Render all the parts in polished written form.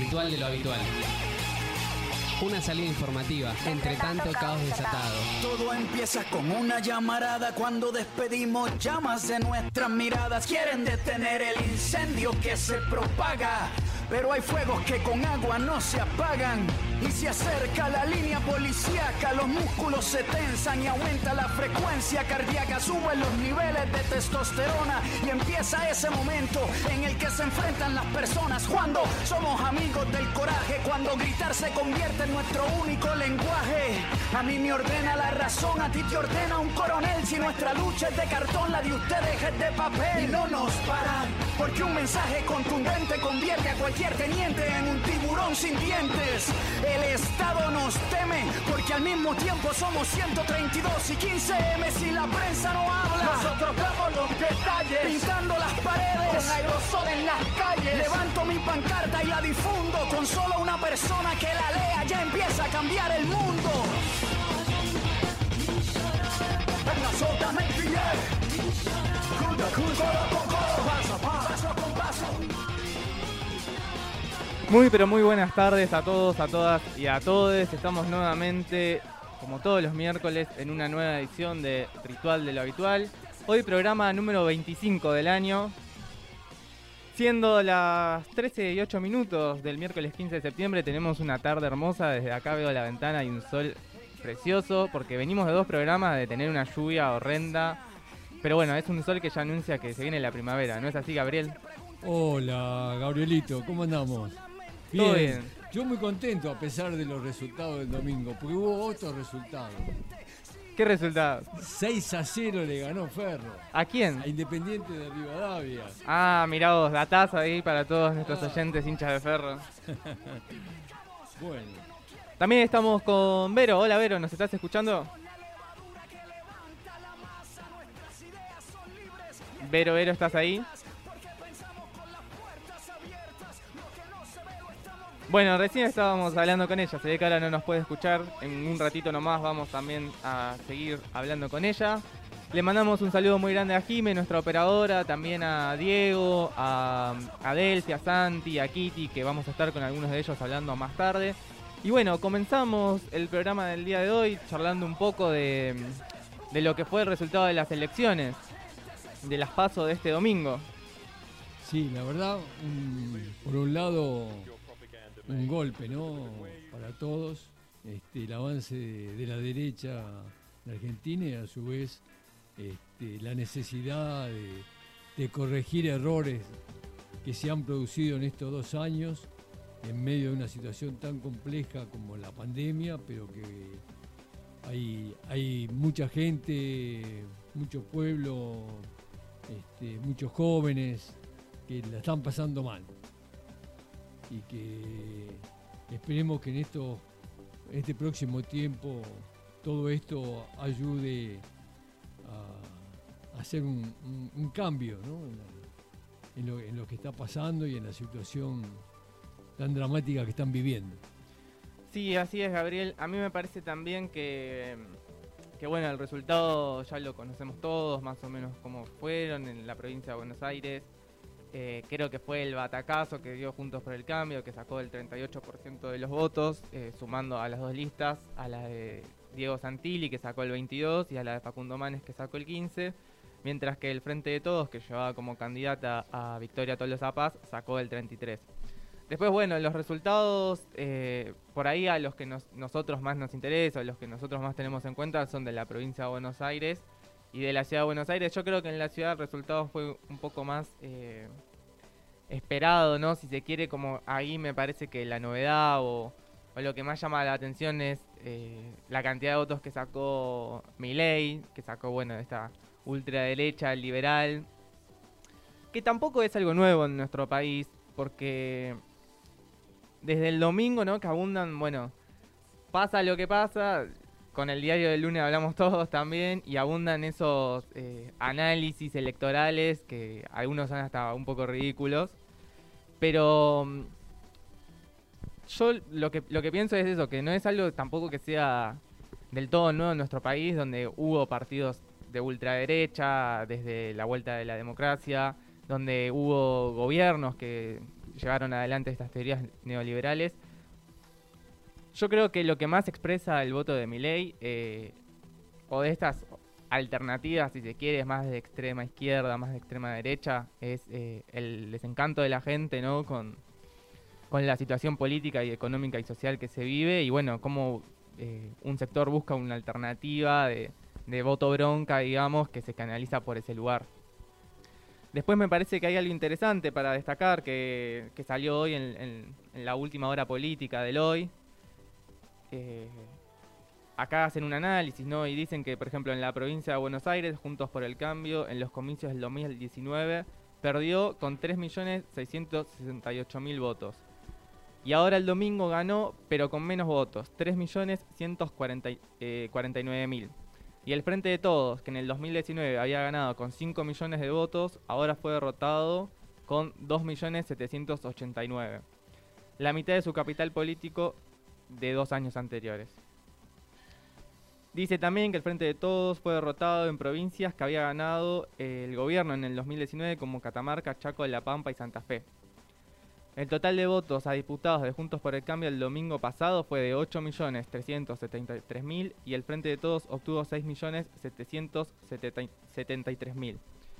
ritual de lo habitual. Una salida informativa, entre tanto caos desatado. Todo empieza con una llamarada cuando despedimos llamas de nuestras miradas. Quieren detener el incendio que se propaga, pero hay fuegos que con agua no se apagan. Y se acerca la línea policíaca, los músculos se tensan y aumenta la frecuencia cardíaca. Suben los niveles de testosterona y empieza ese momento en el que se enfrentan las personas. Cuando somos amigos del coraje, cuando gritar se convierte en nuestro único lenguaje. A mí me ordena la razón, a ti te ordena un coronel. Si nuestra lucha es de cartón, la de ustedes es de papel. Y no nos paran, porque un mensaje contundente convierte a cualquier teniente en un tiburón sin dientes. El Estado nos teme, porque al mismo tiempo somos 132 y 15M si la prensa no habla. Nosotros damos los detalles, pintando las paredes, con aerosol en las calles. Levanto mi pancarta y la difundo, con solo una persona que la lea ya empieza a cambiar el mundo. Venga, suéltame el billete. Paso con paso. Muy pero muy buenas tardes a todos, a todas y a todos. Estamos nuevamente, como todos los miércoles, en una nueva edición de Ritual de lo Habitual. Hoy programa número 25 del año. Siendo las 13:08 del miércoles 15 de septiembre, tenemos una tarde hermosa. Desde acá veo la ventana y un sol precioso, porque venimos de dos programas de tener una lluvia horrenda. Pero bueno, es un sol que ya anuncia que se viene la primavera, ¿no es así, Gabriel? Hola, Gabrielito, ¿cómo andamos? Todo bien. Yo muy contento a pesar de los resultados del domingo, porque hubo otros resultados. ¿Qué resultado? 6-0 le ganó Ferro. ¿A quién? A Independiente de Rivadavia. Ah, mirá vos, datazo ahí para todos nuestros oyentes hinchas de Ferro. Bueno. También estamos con Vero. Hola, Vero, ¿nos estás escuchando? Vero, ¿estás ahí? Bueno, recién estábamos hablando con ella, se ve que ahora no nos puede escuchar. En un ratito nomás vamos también a seguir hablando con ella. Le mandamos un saludo muy grande a Jime, nuestra operadora, también a Diego, a Delphi, a Santi, a Kitty, que vamos a estar con algunos de ellos hablando más tarde. Y bueno, comenzamos el programa del día de hoy charlando un poco de lo que fue el resultado de las elecciones, de las PASO de este domingo. Sí, la verdad, por un lado, un golpe, ¿no? Para todos, el avance de la derecha de Argentina y a su vez la necesidad de corregir errores que se han producido en estos 2 años en medio de una situación tan compleja como la pandemia, pero que hay mucha gente, mucho pueblo, muchos jóvenes que la están pasando mal y que esperemos que en este próximo tiempo todo esto ayude a hacer un cambio, ¿no? en lo que está pasando y en la situación tan dramática que están viviendo. Sí, así es, Gabriel. A mí me parece también que bueno, el resultado ya lo conocemos todos, más o menos cómo fueron en la provincia de Buenos Aires. Creo que fue el batacazo que dio Juntos por el Cambio, que sacó el 38% de los votos, sumando a las dos listas, a la de Diego Santilli, que sacó el 22%, y a la de Facundo Manes, que sacó el 15%, mientras que el Frente de Todos, que llevaba como candidata a Victoria Tolosa Paz, sacó el 33%. Después, bueno, los resultados, por ahí a los que nosotros más nos interesa, los que nosotros más tenemos en cuenta, son de la provincia de Buenos Aires y de la ciudad de Buenos Aires. Yo creo que en la ciudad el resultado fue un poco más esperado, ¿no? Si se quiere, como ahí me parece que la novedad o lo que más llama la atención es la cantidad de votos que sacó Milei, que sacó, bueno, esta ultraderecha liberal, que tampoco es algo nuevo en nuestro país, porque desde el domingo, ¿no? Que abundan, bueno, pasa lo que pasa, con el diario del lunes hablamos todos también, y abundan esos análisis electorales que algunos son hasta un poco ridículos, pero yo lo que pienso es eso, que no es algo tampoco que sea del todo nuevo en nuestro país, donde hubo partidos de ultraderecha desde la vuelta de la democracia, donde hubo gobiernos que llevaron adelante estas teorías neoliberales. Yo creo que lo que más expresa el voto de Milei, o de estas alternativas, si se quiere, más de extrema izquierda, más de extrema derecha, es el desencanto de la gente, ¿no? Con la situación política y económica y social que se vive, y bueno, cómo un sector busca una alternativa de voto bronca, digamos, que se canaliza por ese lugar. Después me parece que hay algo interesante para destacar que salió hoy en la última hora política del hoy. Acá hacen un análisis, ¿no? Y dicen que, por ejemplo, en la provincia de Buenos Aires, Juntos por el Cambio, en los comicios del 2019, perdió con 3.668.000 votos. Y ahora el domingo ganó, pero con menos votos, 3.149.000. Y el Frente de Todos, que en el 2019 había ganado con 5 millones de votos, ahora fue derrotado con 2.789.000. La mitad de su capital político de 2 años anteriores. Dice también que el Frente de Todos fue derrotado en provincias que había ganado el gobierno en el 2019 como Catamarca, Chaco, La Pampa y Santa Fe. El total de votos a diputados de Juntos por el Cambio el domingo pasado fue de 8.373.000 y el Frente de Todos obtuvo 6.773.000.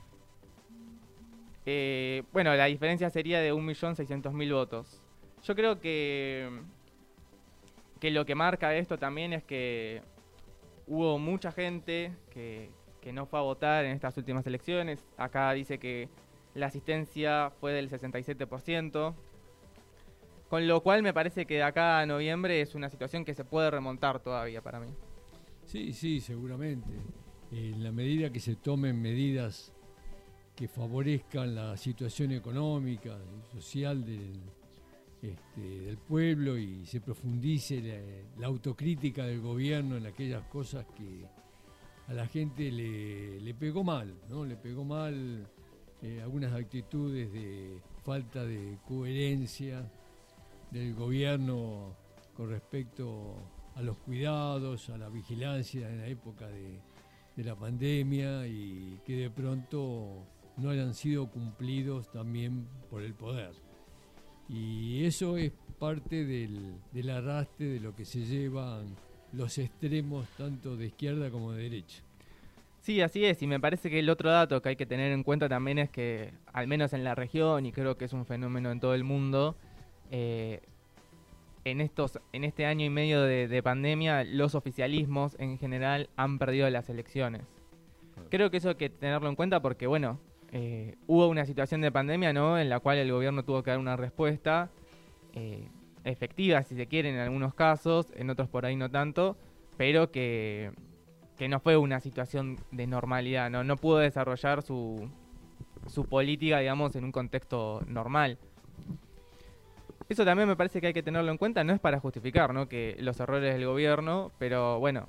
Bueno, la diferencia sería de 1.600.000 votos. Yo creo que lo que marca esto también es que hubo mucha gente que no fue a votar en estas últimas elecciones. Acá dice que la asistencia fue del 67%, con lo cual me parece que de acá a noviembre es una situación que se puede remontar todavía para mí. Sí, seguramente. En la medida que se tomen medidas que favorezcan la situación económica y social del pueblo y se profundice la autocrítica del gobierno en aquellas cosas que a la gente le pegó mal, ¿no? Le pegó mal algunas actitudes de falta de coherencia del gobierno con respecto a los cuidados, a la vigilancia en la época de la pandemia y que de pronto no hayan sido cumplidos también por el poder. Y eso es parte del arrastre de lo que se llevan los extremos tanto de izquierda como de derecha. Sí, así es, y me parece que el otro dato que hay que tener en cuenta también es que, al menos en la región, y creo que es un fenómeno en todo el mundo, en este año y medio de pandemia, los oficialismos en general han perdido las elecciones. Creo que eso hay que tenerlo en cuenta porque, bueno, hubo una situación de pandemia, ¿no?, en la cual el gobierno tuvo que dar una respuesta efectiva, si se quiere, en algunos casos, en otros por ahí no tanto, pero que no fue una situación de normalidad, no pudo desarrollar su política, digamos, en un contexto normal. Eso también me parece que hay que tenerlo en cuenta, no es para justificar, ¿no?, que los errores del gobierno, pero bueno,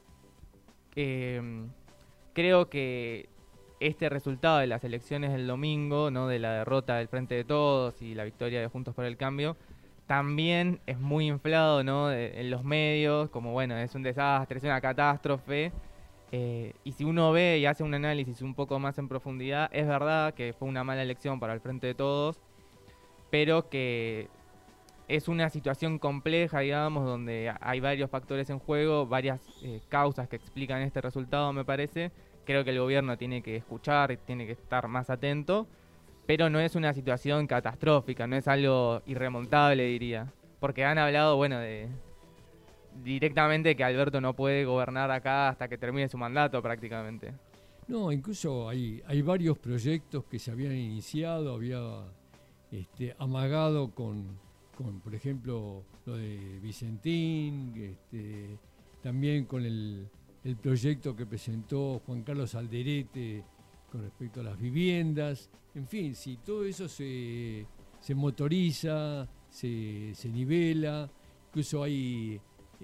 creo que este resultado de las elecciones del domingo, ¿no?, de la derrota del Frente de Todos y la victoria de Juntos por el Cambio, también es muy inflado, ¿no?, en los medios, como bueno, es un desastre, es una catástrofe. Y si uno ve y hace un análisis un poco más en profundidad, es verdad que fue una mala elección para el Frente de Todos, pero que es una situación compleja, digamos, donde hay varios factores en juego, varias causas que explican este resultado, me parece. Creo que el gobierno tiene que escuchar, tiene que estar más atento, pero no es una situación catastrófica, no es algo irremontable, diría. Porque han hablado, bueno, directamente que Alberto no puede gobernar acá hasta que termine su mandato prácticamente. No, incluso hay varios proyectos que se habían iniciado, había amagado con, por ejemplo, lo de Vicentín, también con el proyecto que presentó Juan Carlos Alderete con respecto a las viviendas. En fin, si todo eso se motoriza, se nivela, incluso hay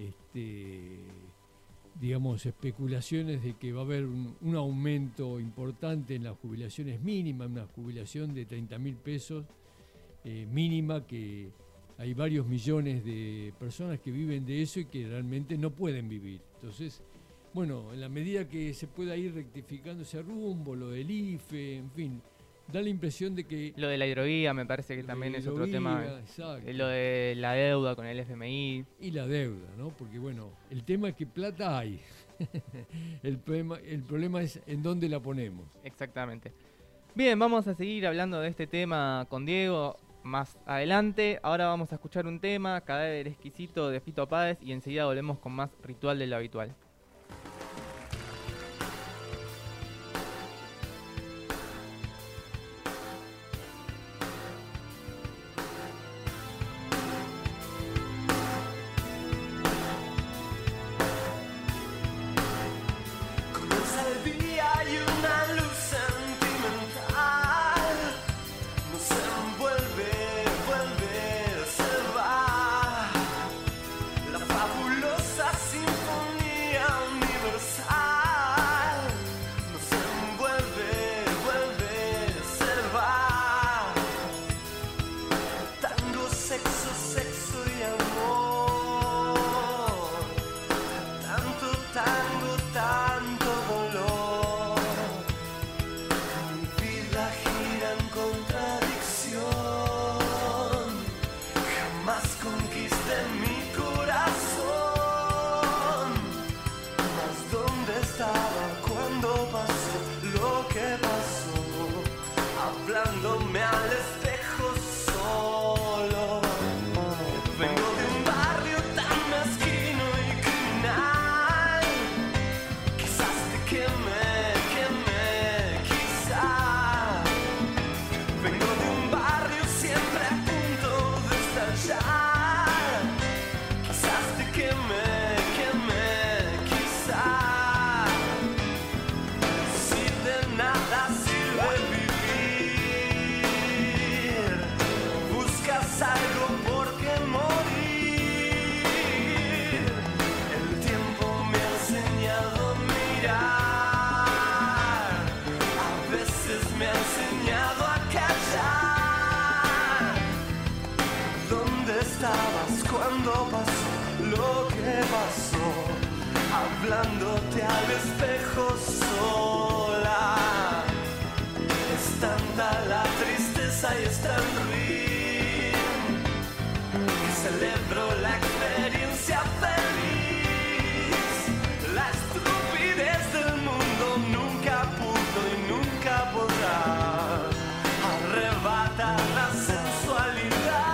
digamos, especulaciones de que va a haber un aumento importante en las jubilaciones mínimas, una jubilación de 30.000 pesos mínima, que hay varios millones de personas que viven de eso y que realmente no pueden vivir. Entonces, bueno, en la medida que se pueda ir rectificando ese rumbo, lo del IFE, en fin, da la impresión de que... Lo de la hidrovía me parece que también es otro tema. Exacto. Lo de la deuda con el FMI. Y la deuda, ¿no? Porque bueno, el tema es que plata hay. El problema es en dónde la ponemos. Exactamente. Bien, vamos a seguir hablando de este tema con Diego más adelante. Ahora vamos a escuchar un tema, Cadáver Exquisito de Fito Páez, y enseguida volvemos con más Ritual de lo Habitual. Hablándote al espejo sola. Es tanta la tristeza y es tan ruin que celebro la experiencia feliz. La estupidez del mundo nunca pudo y nunca podrá arrebatar la sensualidad.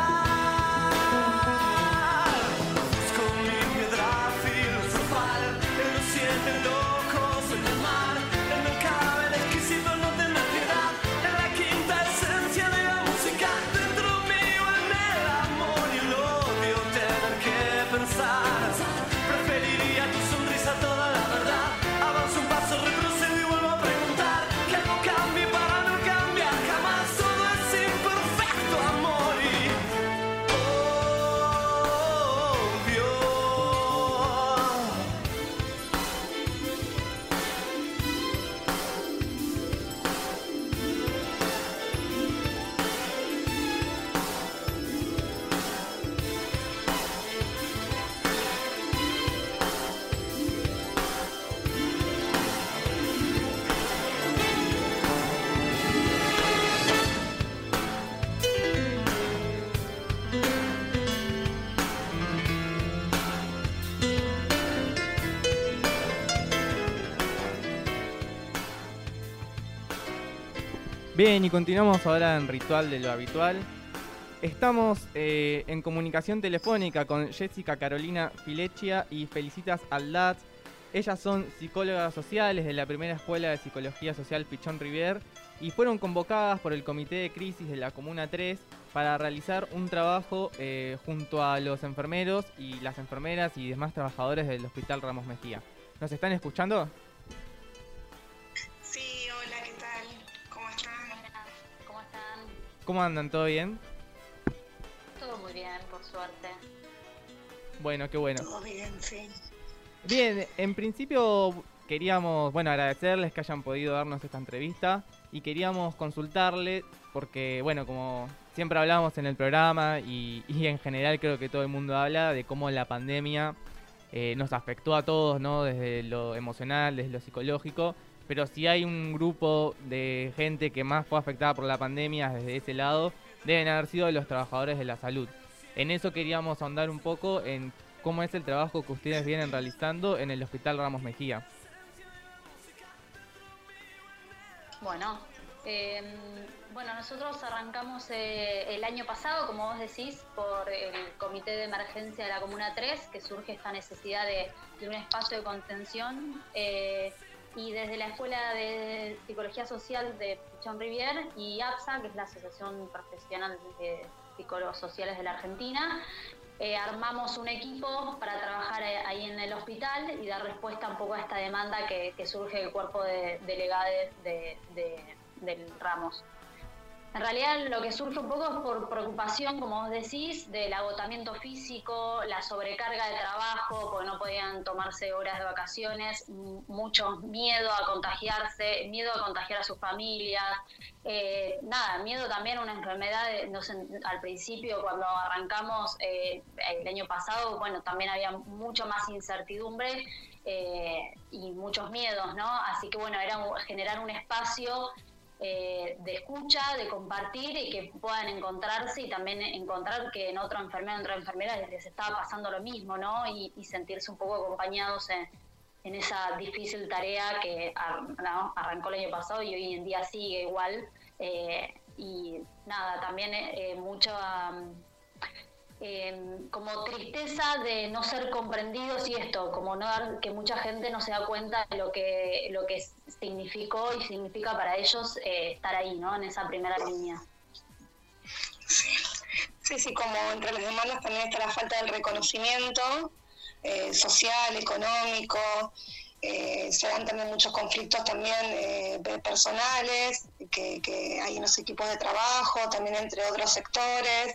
Bien, y continuamos ahora en Ritual de lo Habitual. Estamos en comunicación telefónica con Jessica Carolina Filecchia y Felicitas Aldaz. Ellas son psicólogas sociales de la primera escuela de psicología social Pichón Rivier y fueron convocadas por el Comité de Crisis de la Comuna 3 para realizar un trabajo junto a los enfermeros y las enfermeras y demás trabajadores del Hospital Ramos Mejía. ¿Nos están escuchando? Sí, hola, ¿qué tal? ¿Cómo están? ¿Cómo están? ¿Cómo andan? ¿Todo bien? Todo muy bien, por suerte. Bueno, qué bueno. Todo bien, sí. Bien, en principio queríamos, agradecerles que hayan podido darnos esta entrevista y queríamos consultarle porque, como siempre hablamos en el programa y en general creo que todo el mundo habla de cómo la pandemia nos afectó a todos, ¿no? Desde lo emocional, desde lo psicológico, pero si hay un grupo de gente que más fue afectada por la pandemia desde ese lado, deben haber sido los trabajadores de la salud. En eso queríamos ahondar un poco en cómo es el trabajo que ustedes vienen realizando en el Hospital Ramos Mejía. Bueno, nosotros arrancamos el año pasado, como vos decís, por el Comité de Emergencia de la Comuna 3, que surge esta necesidad de un espacio de contención, y desde la Escuela de Psicología Social de Pichón Rivier y APSA, que es la Asociación Profesional de Psicólogos Sociales de la Argentina, armamos un equipo para trabajar ahí en el hospital y dar respuesta un poco a esta demanda que surge del cuerpo de delegades del Ramos. En realidad lo que surge un poco es por preocupación, como vos decís, del agotamiento físico, la sobrecarga de trabajo, porque no podían tomarse horas de vacaciones, mucho miedo a contagiarse, miedo a contagiar a sus familias, miedo también a una enfermedad, no sé, al principio cuando arrancamos el año pasado, bueno, también había mucho más incertidumbre y muchos miedos, ¿no? Así que bueno, era generar un espacio de escucha, de compartir y que puedan encontrarse y también encontrar que en otra enfermera les estaba pasando lo mismo, ¿no? Y sentirse un poco acompañados en esa difícil tarea que arrancó el año pasado y hoy en día sigue igual. Y nada, también mucho como tristeza de no ser comprendidos y esto, como no dar, que mucha gente no se da cuenta de lo que significó y significa para ellos estar ahí, ¿no? En esa primera línea. Sí, como entre las demandas también está la falta del reconocimiento social, económico, se dan también muchos conflictos también personales que hay en los equipos de trabajo, también entre otros sectores.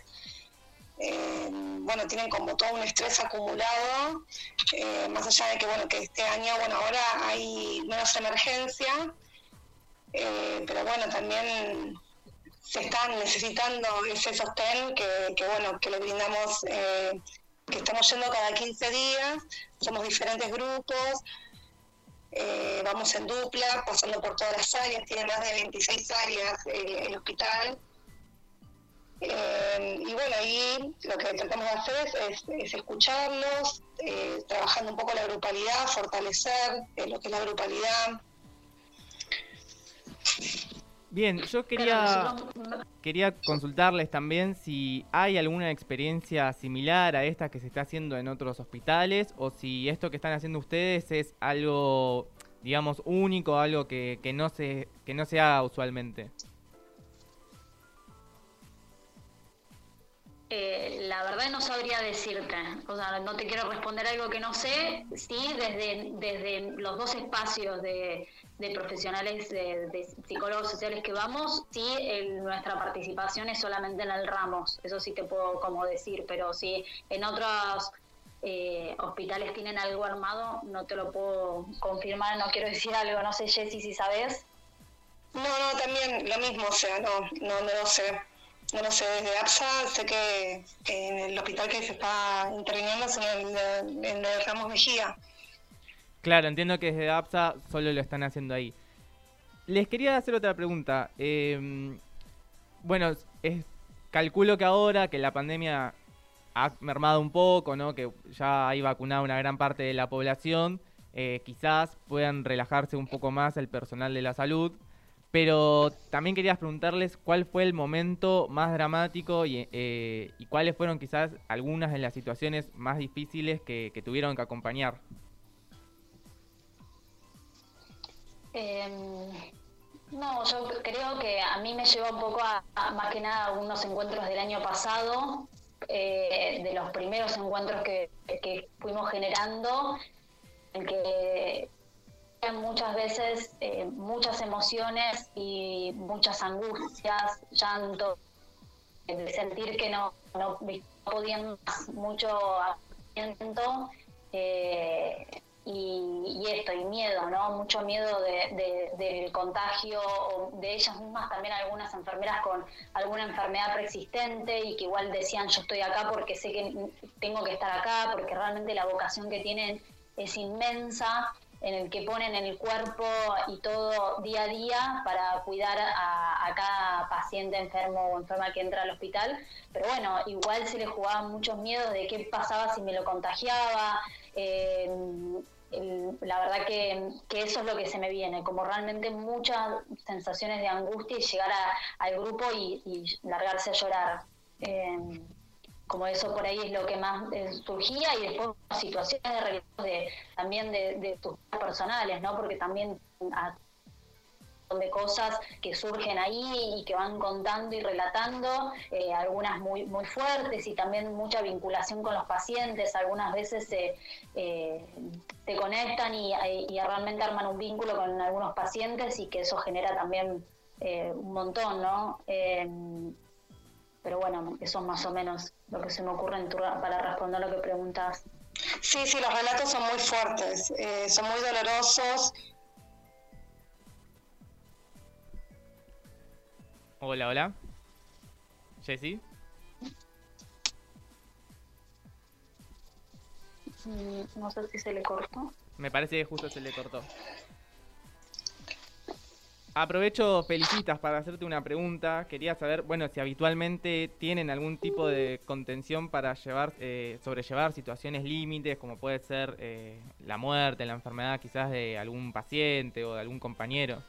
Tienen como todo un estrés acumulado, más allá de que este año, ahora hay menos emergencia, pero también se están necesitando ese sostén que le brindamos, que estamos yendo cada 15 días, somos diferentes grupos, vamos en dupla, pasando por todas las áreas, tiene más de 26 áreas el hospital. Y lo que tratamos de hacer es escucharlos, trabajando un poco la grupalidad, fortalecer lo que es la grupalidad. Bien, yo quería consultarles también si hay alguna experiencia similar a esta que se está haciendo en otros hospitales, o si esto que están haciendo ustedes es algo, digamos, único, algo que no se haga usualmente. La verdad no sabría decirte, o sea, no te quiero responder algo que no sé. Sí, desde los dos espacios de profesionales, de psicólogos sociales que vamos, sí, nuestra participación es solamente en el Ramos, eso sí te puedo como decir, pero si en otros hospitales tienen algo armado, no te lo puedo confirmar, no quiero decir algo, no sé, Jessy, si sabes. No, también lo mismo, o sea, no lo sé. No lo sé, desde APSA sé que en el hospital que se está interviniendo es en el de Ramos Mejía. Claro, entiendo que desde APSA solo lo están haciendo ahí. Les quería hacer otra pregunta. Calculo que ahora que la pandemia ha mermado un poco, ¿no? Que ya hay vacunado una gran parte de la población, quizás puedan relajarse un poco más el personal de la salud. Pero también quería preguntarles cuál fue el momento más dramático y cuáles fueron quizás algunas de las situaciones más difíciles que tuvieron que acompañar. Yo creo que a mí me lleva un poco a más que nada unos encuentros del año pasado, de los primeros encuentros que fuimos generando, en que muchas veces muchas emociones y muchas angustias, llanto, de sentir que no podían más, mucho agotamiento y miedo, ¿no? Mucho miedo del contagio, o de ellas mismas también, algunas enfermeras con alguna enfermedad persistente y que igual decían yo estoy acá porque sé que tengo que estar acá, porque realmente la vocación que tienen es inmensa. en el que ponen en el cuerpo y todo día a día para cuidar a cada paciente enfermo o enferma que entra al hospital. Pero bueno, igual se le jugaban muchos miedos de qué pasaba si me lo contagiaba. La verdad que eso es lo que se me viene, como realmente muchas sensaciones de angustia y llegar al grupo y largarse a llorar. Como eso por ahí es lo que más surgía, y después situaciones de riesgo también de tus personales, ¿no? Porque también de cosas que surgen ahí y que van contando y relatando, algunas muy muy fuertes, y también mucha vinculación con los pacientes. Algunas veces se conectan y realmente arman un vínculo con algunos pacientes, y que eso genera también un montón, ¿no? Pero bueno, eso es más o menos lo que se me ocurre para responder lo que preguntas. Sí, los relatos son muy fuertes, son muy dolorosos. Hola. ¿Jessy? No sé si se le cortó. Me parece que justo se le cortó. Aprovecho, Felicitas, para hacerte una pregunta. Quería saber, bueno, si habitualmente tienen algún tipo de contención para sobrellevar situaciones límites, como puede ser la muerte, la enfermedad quizás de algún paciente o de algún compañero.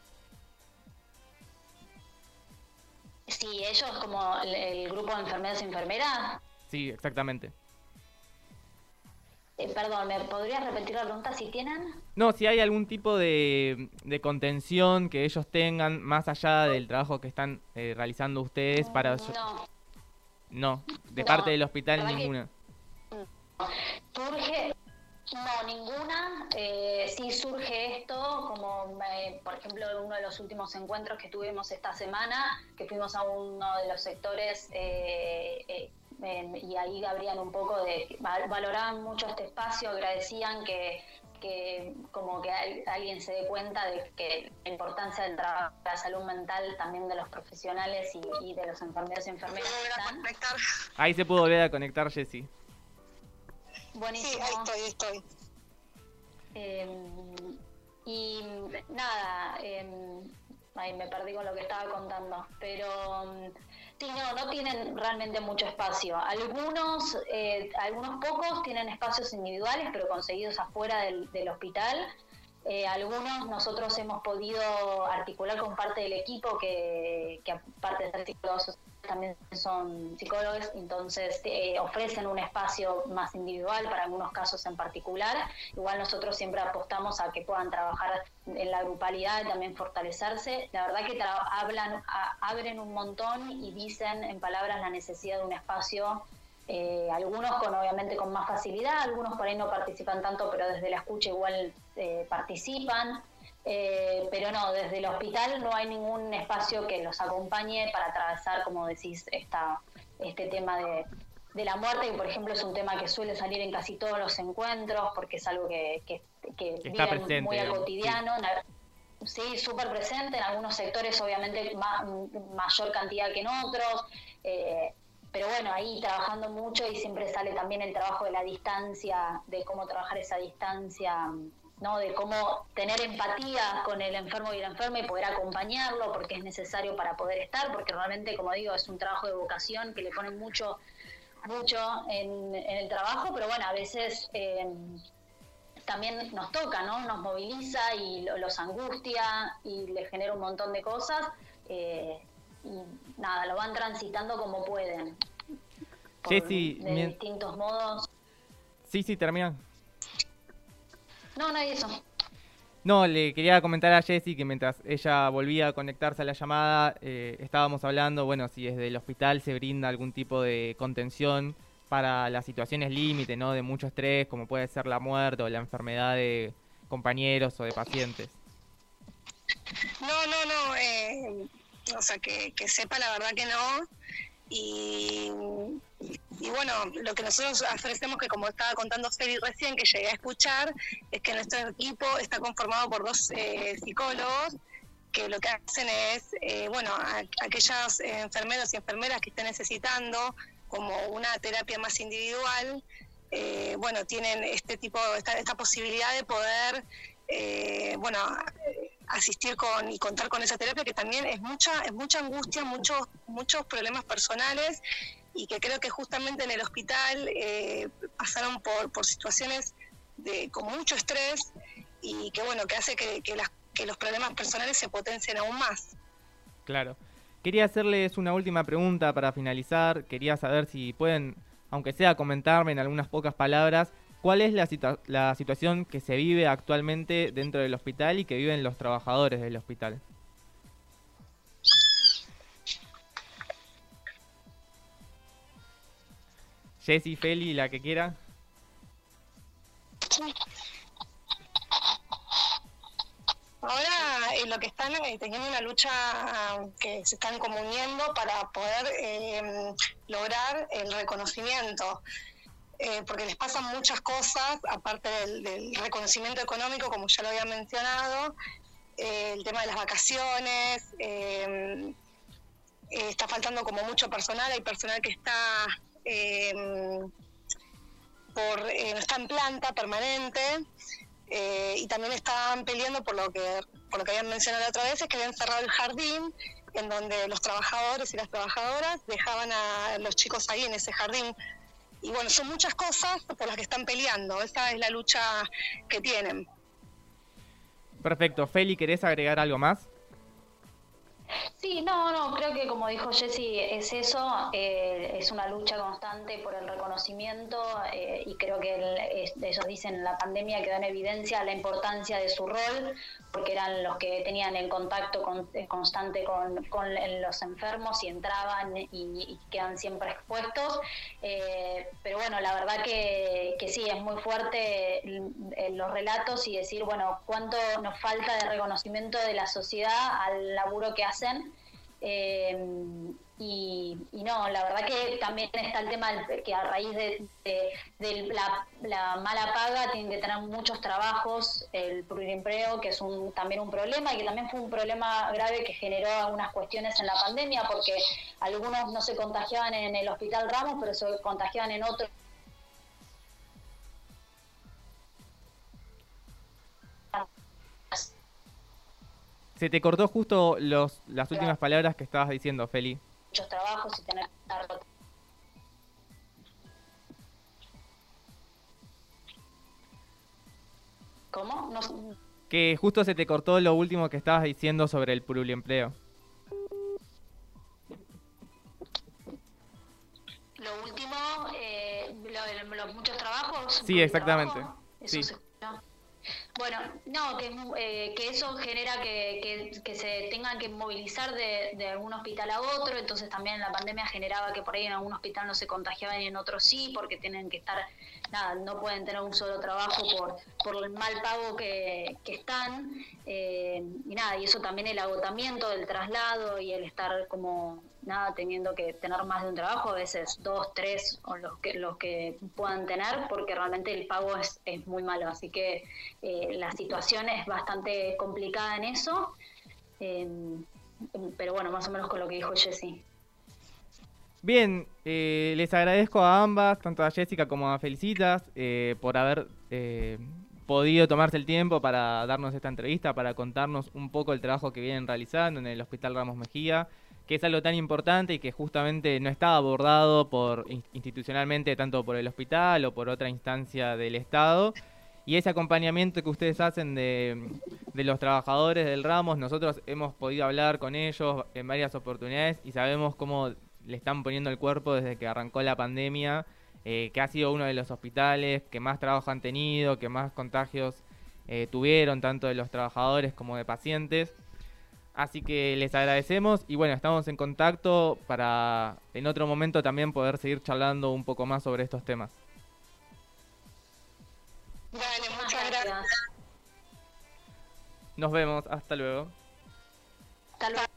Sí, ellos como el grupo de enfermeros y enfermeras. Sí, exactamente. Perdón, ¿me podrías repetir la pregunta si tienen? No, si hay algún tipo de contención que ellos tengan más allá del trabajo que están realizando ustedes para... No, de parte del hospital ninguna. Surge... No, ninguna. Sí surge esto, como por ejemplo uno de los últimos encuentros que tuvimos esta semana, que fuimos a uno de los sectores y ahí abrían un poco valoraban mucho este espacio, agradecían que como que alguien se dé cuenta de que la importancia del trabajo, la salud mental también de los profesionales y de los enfermeros y enfermeras. Ahí se pudo volver a conectar, Jessy. Buenísimo. Sí, ahí estoy. Y nada, ahí me perdí con lo que estaba contando, pero sí, no tienen realmente mucho espacio. Algunos pocos tienen espacios individuales, pero conseguidos afuera del hospital. Algunos nosotros hemos podido articular con parte del equipo que aparte de ser psicólogos también son psicólogos, entonces ofrecen un espacio más individual para algunos casos en particular. Igual nosotros siempre apostamos a que puedan trabajar en la grupalidad y también fortalecerse. La verdad que abren un montón y dicen en palabras la necesidad de un espacio. Algunos obviamente con más facilidad, algunos por ahí no participan tanto, pero desde la escucha igual participan. Pero no, desde el hospital no hay ningún espacio que los acompañe para atravesar, como decís, este tema de la muerte, que por ejemplo es un tema que suele salir en casi todos los encuentros, porque es algo que está viven presente, muy a digamos, cotidiano. Sí, súper presente, en algunos sectores obviamente mayor cantidad que en otros, pero bueno, ahí trabajando mucho, y siempre sale también el trabajo de la distancia, de cómo trabajar esa distancia, ¿no? De cómo tener empatía con el enfermo y la enferma y poder acompañarlo, porque es necesario para poder estar, porque realmente, como digo, es un trabajo de vocación que le ponen mucho en el trabajo, pero bueno, a veces también nos toca, ¿no? Nos moviliza y los angustia y les genera un montón de cosas, y nada, lo van transitando como pueden, Jessy, de distintos modos. Sí, termina. No hay eso. No, le quería comentar a Jessy que mientras ella volvía a conectarse a la llamada, estábamos hablando, bueno, si desde el hospital se brinda algún tipo de contención para las situaciones límite, ¿no? De mucho estrés, como puede ser la muerte o la enfermedad de compañeros o de pacientes. No, o sea, que sepa la verdad que no. Y bueno, lo que nosotros ofrecemos, que como estaba contando Feli recién, que llegué a escuchar, es que nuestro equipo está conformado por 2 psicólogos, que lo que hacen es, aquellas enfermeros y enfermeras que estén necesitando como una terapia más individual, tienen esta posibilidad de poder bueno, asistir y contar con esa terapia, que también es mucha angustia, muchos problemas personales, y que creo que justamente en el hospital pasaron por situaciones con mucho estrés, y que bueno, que hace que los problemas personales se potencien aún más. Claro. Quería hacerles una última pregunta para finalizar. Quería saber si pueden, aunque sea comentarme en algunas pocas palabras, cuál es la situación que se vive actualmente dentro del hospital y que viven los trabajadores del hospital. Jessy, Feli, la que quiera. Ahora lo que están teniendo una lucha que se están como uniendo para poder lograr el reconocimiento, porque les pasan muchas cosas, aparte del reconocimiento económico, como ya lo había mencionado, el tema de las vacaciones, está faltando como mucho personal, hay personal que está no está en planta permanente. Y también estaban peleando por lo que habían mencionado la otra vez, es que habían cerrado el jardín en donde los trabajadores y las trabajadoras dejaban a los chicos ahí en ese jardín. Y bueno, son muchas cosas por las que están peleando, esa es la lucha que tienen. Perfecto. Feli, ¿querés agregar algo más? Sí, no, creo que como dijo Jessy, es eso, es una lucha constante por el reconocimiento, y creo que ellos dicen en la pandemia quedó en evidencia la importancia de su rol, porque eran los que tenían el contacto constante con los enfermos y entraban y quedan siempre expuestos, pero bueno, la verdad que sí, es muy fuerte los relatos y decir, bueno, cuánto nos falta de reconocimiento de la sociedad al laburo que hacen. Y no, la verdad que también está el tema que a raíz de la mala paga tienen que tener muchos trabajos, el plurimpleo, que es también un problema, y que también fue un problema grave que generó algunas cuestiones en la pandemia, porque algunos no se contagiaban en el Hospital Ramos, pero se contagiaban en otros. Se te cortó justo las últimas palabras que estabas diciendo, Feli. Muchos trabajos y tener que estar... ¿Cómo? No... Que justo se te cortó lo último que estabas diciendo sobre el pluriempleo. Lo último, los muchos trabajos. Sí, exactamente. Eso Sí. Bueno, no, que eso genera que se tengan que movilizar de algún hospital a otro, entonces también la pandemia generaba que por ahí en algún hospital no se contagiaban y en otro sí, porque tienen que estar, no pueden tener un solo trabajo por el mal pago que están, y eso también el agotamiento del traslado y el estar como teniendo que tener más de un trabajo, a veces 2, 3 o los que puedan tener, porque realmente el pago es muy malo, así que la situación es bastante complicada en eso, pero bueno, más o menos con lo que dijo Jessy. Bien, les agradezco a ambas, tanto a Jessica como a Felicitas, por haber podido tomarse el tiempo para darnos esta entrevista, para contarnos un poco el trabajo que vienen realizando en el Hospital Ramos Mejía, que es algo tan importante y que justamente no estaba abordado institucionalmente tanto por el hospital o por otra instancia del Estado. Y ese acompañamiento que ustedes hacen de los trabajadores del Ramos, nosotros hemos podido hablar con ellos en varias oportunidades y sabemos cómo le están poniendo el cuerpo desde que arrancó la pandemia, que ha sido uno de los hospitales que más trabajo han tenido, que más contagios tuvieron, tanto de los trabajadores como de pacientes. Así que les agradecemos y bueno, estamos en contacto para en otro momento también poder seguir charlando un poco más sobre estos temas. Dale, muchas gracias. Nos vemos, hasta luego. Hasta luego.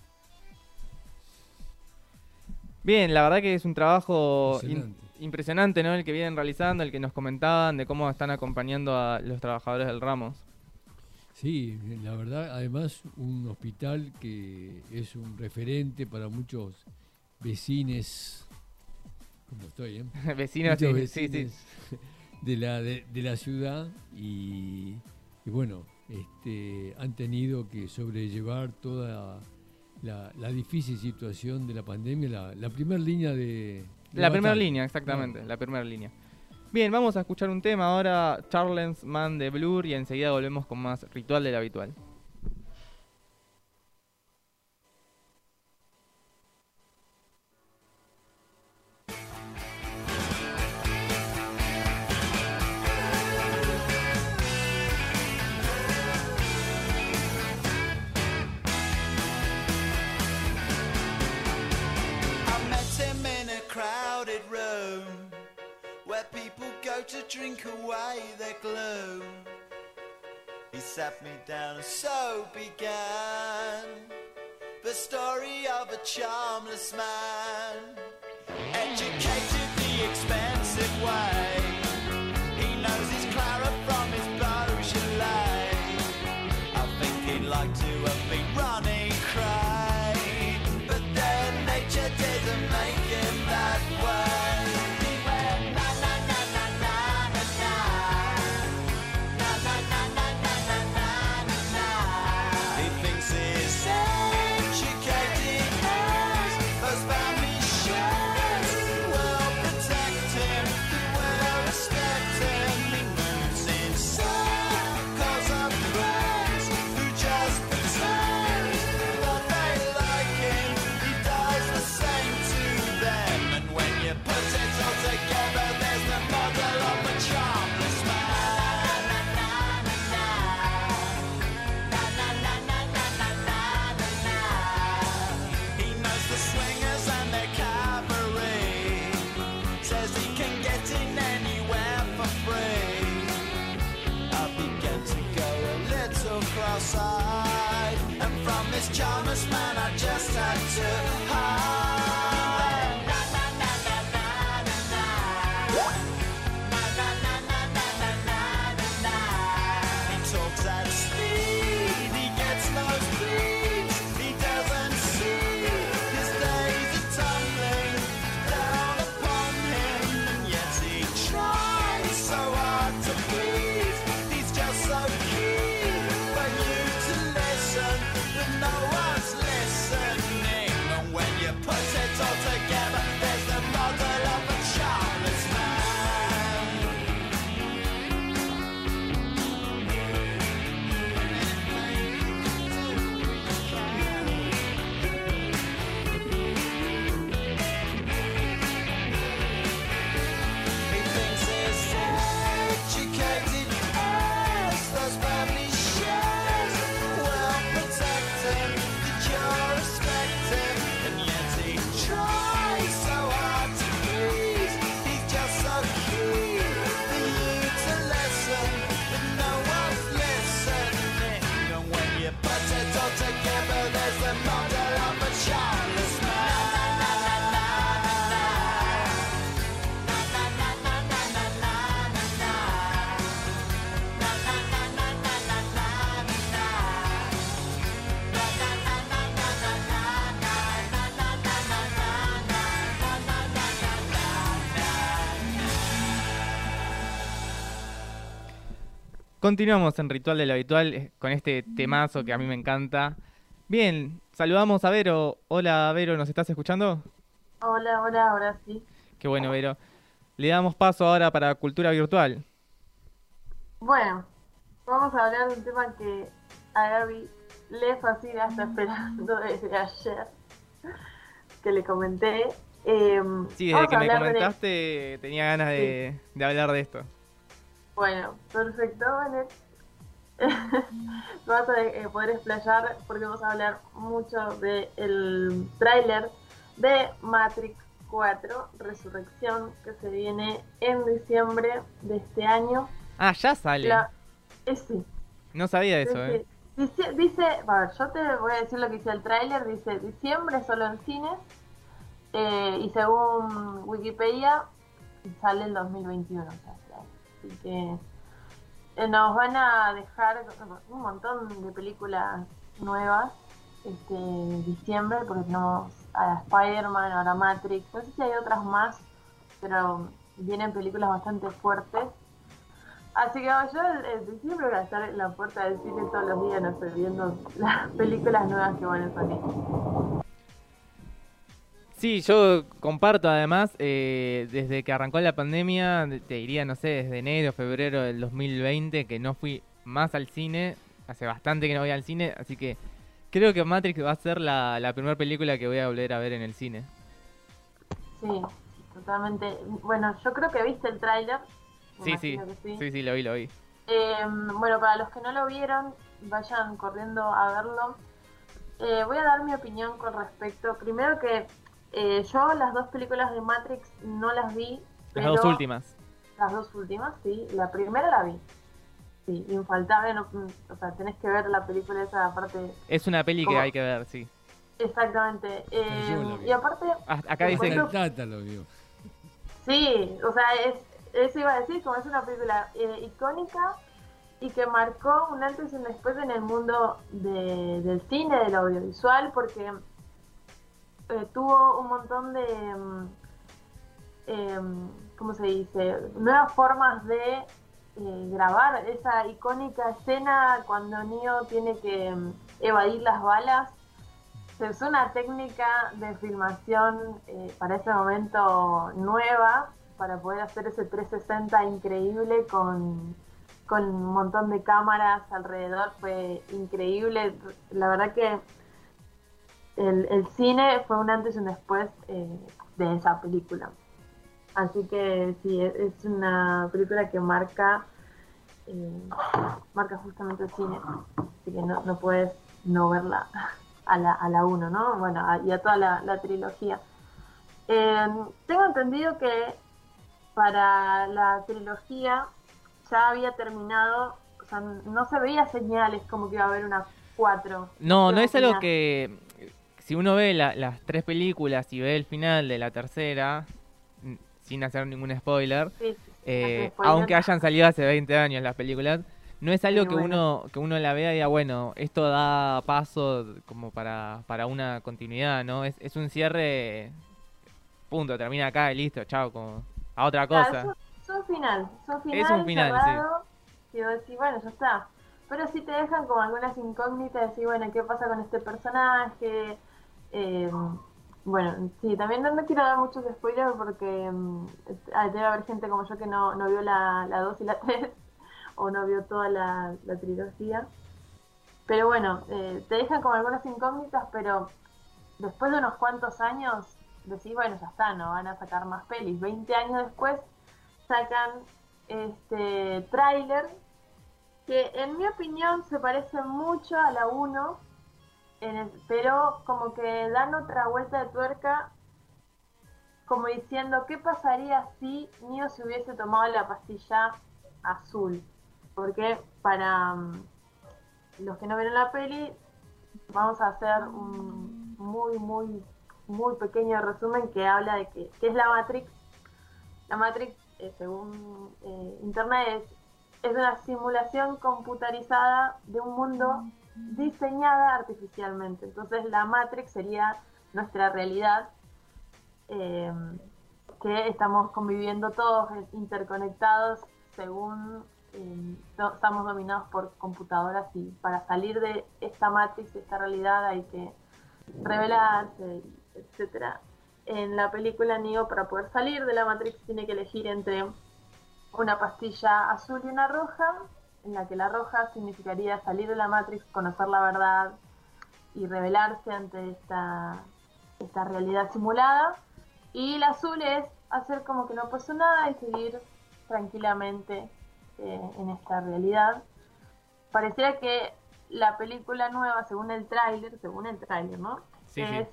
Bien, la verdad que es un trabajo Impresionante. ¿no? El que vienen realizando, el que nos comentaban de cómo están acompañando a los trabajadores del Ramos. Sí, la verdad, además un hospital que es un referente para muchos vecines, como estoy, Vecinos, muchos sí. vecines de la ciudad y y bueno, han tenido que sobrellevar toda la difícil situación de la pandemia, la primera línea de La primera batalla. línea, exactamente, la primera línea. Bien, vamos a escuchar un tema ahora, Charles Mann de Blur, y enseguida volvemos con más Ritual del Habitual. I met him in a crowded room where people go to drink away their gloom. He sat me down and so began the story of a charmless man, educated the expensive way. He knows his Clara from his Beaujolais. I think he'd like to have been Ronnie Cray, but then nature didn't make him that way. He went na na na na na na na, na na na na na na na na na. He thinks he's educated as those family shares will protect him, will respect him. He moves in circles of friends who just pretend that they like him. He does the same to them, and when you put it all together, there's the model of a charmless man. Na na na na na na na na na na na na. He knows the swingers and their cabaret, says he can get in anywhere for free. I began to go a little cross-eyed, and from this charmless man I just had to hide. Na na na na na na na, na na na na na na na na. He talks at speed, he gets nosebleeds, he doesn't see his days are tumbling down upon him, and yet he tries so hard to please. He's just so keen for you to listen, but no one's listening. And when you put it all together, there's the model of a charmless man. He thinks he's educated as those family shares will protect him, did you respect him? And yet he tries so hard to please. He's just so keen for you to listen, but no one's listening. And when you put it all together, there's the model of a charmless man. Na na na na na na. Na na na na na na na na na. Na na na na na na na na na. Na na na na na na na na. Na na na na na na. Continuamos en Ritual del Habitual con este temazo que a mí me encanta. Bien, saludamos a Vero. Hola Vero, ¿nos estás escuchando? Hola, hola, ahora sí. Qué bueno, Vero. Le damos paso ahora para Cultura Virtual. Bueno, vamos a hablar de un tema que a Gaby le fascina, está esperando desde ayer que le comenté. Sí, desde vamos que a me hablar comentaste tenía ganas de hablar de esto. Bueno, perfecto, Vanet. Vas a poder explayar porque vamos a hablar mucho del tráiler de Matrix 4 Resurrección, que se viene en diciembre de este año. Ah, ya sale. Sí. No sabía eso, Dice, a ver, yo te voy a decir lo que dice el tráiler. Dice diciembre solo en cines, y según Wikipedia sale el 2021. O sea, así que nos van a dejar un montón de películas nuevas diciembre, porque tenemos a Spider-Man, ahora Matrix, no sé si hay otras más, pero vienen películas bastante fuertes. Así que yo en diciembre voy a estar en la puerta del cine todos los días, no sé, viendo las películas nuevas que van a salir. Sí, yo comparto además, desde que arrancó la pandemia, te diría, no sé, desde enero, febrero del 2020, que no fui más al cine, hace bastante que no voy al cine, así que creo que Matrix va a ser la primera película que voy a volver a ver en el cine. Sí, totalmente. Bueno, yo creo que viste el tráiler. Sí, lo vi. Bueno, para los que no lo vieron, vayan corriendo a verlo. Voy a dar mi opinión con respecto. Primero que yo las dos películas de Matrix no las vi. Las dos últimas. Las dos últimas, sí. La primera la vi. Sí, infaltable. No, o sea, tenés que ver la película esa aparte. Es una peli que hay que ver, sí. Exactamente. Yo la vi. Y aparte... Acá dice que... Tata lo vio. Sí, o sea, eso iba a decir, como es una película icónica y que marcó un antes y un después en el mundo del cine, del audiovisual, porque tuvo un montón de, ¿cómo se dice?, nuevas formas de grabar esa icónica escena cuando Neo tiene que evadir las balas. Se usó una técnica de filmación para ese momento nueva, para poder hacer ese 360 increíble con un montón de cámaras alrededor. Fue increíble. La verdad que el cine fue un antes y un después de esa película. Así que sí, es una película que marca justamente el cine. Así que no puedes no verla a la 1, ¿no? Bueno, y a toda la trilogía. Tengo entendido que para la trilogía ya había terminado, o sea, no se veía señales como que iba a haber una 4. No es algo que, si uno ve las tres películas y ve el final de la tercera, sin hacer ningún spoiler, Sí, aunque hayan salido hace 20 años las películas, no es algo Sí, que bueno. uno la vea y diga, bueno, esto da paso como para una continuidad, ¿no? Es un cierre, punto, termina acá y listo, chao, como a otra cosa. Claro, es un final Es un final, cerrado, sí. Y vos decís, bueno, ya está. Pero sí te dejan como algunas incógnitas, decir, bueno, ¿qué pasa con este personaje? Bueno, sí, también no quiero dar muchos spoilers porque debe haber gente como yo que no vio la 2 y la 3 o no vio toda la trilogía. Pero bueno, te dejan como algunas incógnitas, pero después de unos cuantos años decís, bueno, ya está, no van a sacar más pelis. 20 años después sacan este tráiler que en mi opinión se parece mucho a la 1, pero como que dan otra vuelta de tuerca, como diciendo, ¿qué pasaría si Neo se hubiese tomado la pastilla azul? Porque para los que no vieron la peli, vamos a hacer un muy pequeño resumen que habla de qué es la Matrix. La Matrix, según Internet, es una simulación computarizada de un mundo diseñada artificialmente. Entonces la Matrix sería nuestra realidad, que estamos conviviendo todos interconectados según estamos dominados por computadoras, y para salir de esta Matrix, de esta realidad, hay que rebelarse, etcétera. En la película Neo, para poder salir de la Matrix, tiene que elegir entre una pastilla azul y una roja, en la que la roja significaría salir de la Matrix, conocer la verdad y rebelarse ante esta realidad simulada, y la azul es hacer como que no pasó nada y seguir tranquilamente en esta realidad. Pareciera que la película nueva, según el tráiler, ¿no? Sí, es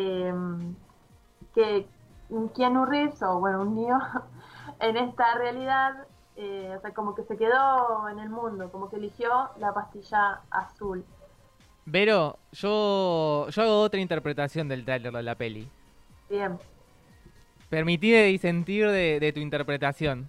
que Keanu Reeves, o bueno, un Neo, en esta realidad, o sea, como que se quedó en el mundo, como que eligió la pastilla azul. Vero, yo hago otra interpretación del tráiler de la peli. Bien. Permití disentir de tu interpretación.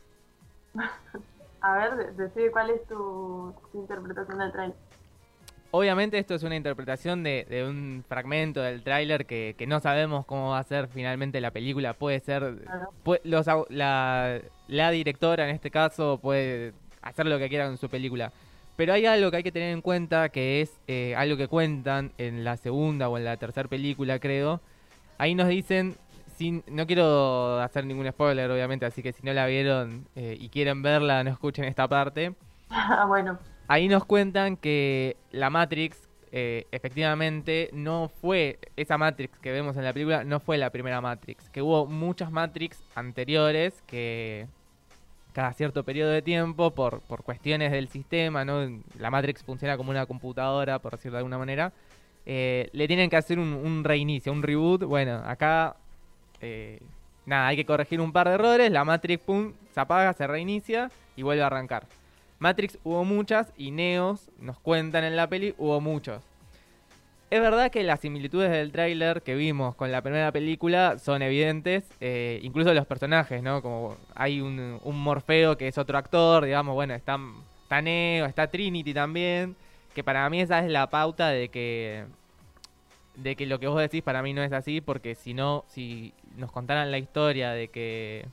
A ver, decide cuál es tu interpretación del tráiler. Obviamente esto es una interpretación de un fragmento del tráiler que no sabemos cómo va a ser finalmente la película. Puede ser... Claro. La directora en este caso puede hacer lo que quiera con su película. Pero hay algo que hay que tener en cuenta, que es algo que cuentan en la segunda o en la tercera película, creo. Ahí nos dicen, no quiero hacer ningún spoiler, obviamente, así que si no la vieron y quieren verla, no escuchen esta parte. Bueno, Ahí nos cuentan que la Matrix, efectivamente, no fue, esa Matrix que vemos en la película, no fue la primera Matrix. Que hubo muchas Matrix anteriores que cada cierto periodo de tiempo, por cuestiones del sistema, ¿no? La Matrix funciona como una computadora, por decirlo de alguna manera. Le tienen que hacer un reinicio, un reboot. Bueno, acá, nada, hay que corregir un par de errores. La Matrix, pum, se apaga, se reinicia y vuelve a arrancar. Matrix hubo muchas y Neos, nos cuentan en la peli, hubo muchos. Es verdad que las similitudes del tráiler que vimos con la primera película son evidentes, incluso los personajes, ¿no? Como hay un Morfeo que es otro actor, digamos, bueno, está Neo, está Trinity también, que para mí esa es la pauta de que lo que vos decís para mí no es así, porque si no, si nos contaran la historia de que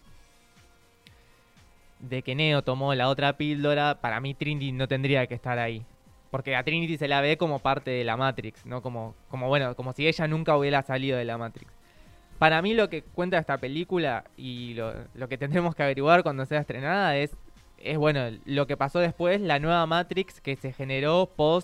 Neo tomó la otra píldora, para mí Trinity no tendría que estar ahí. Porque a Trinity se la ve como parte de la Matrix, ¿no? Como bueno, como si ella nunca hubiera salido de la Matrix. Para mí lo que cuenta esta película y lo que tendremos que averiguar cuando sea estrenada es bueno, lo que pasó después, la nueva Matrix que se generó post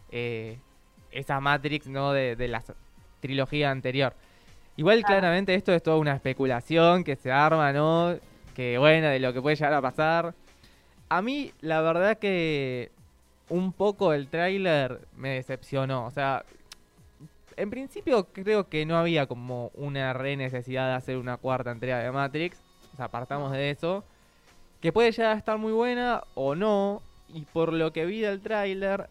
esa Matrix, ¿no? De la trilogía anterior. Igual claramente esto es toda una especulación que se arma, ¿no? Que bueno, de lo que puede llegar a pasar. A mí la verdad que un poco el tráiler me decepcionó. O sea, en principio creo que no había como una re necesidad de hacer una cuarta entrega de Matrix. O sea, partamos de eso. Que puede llegar a estar muy buena o no. Y por lo que vi del tráiler,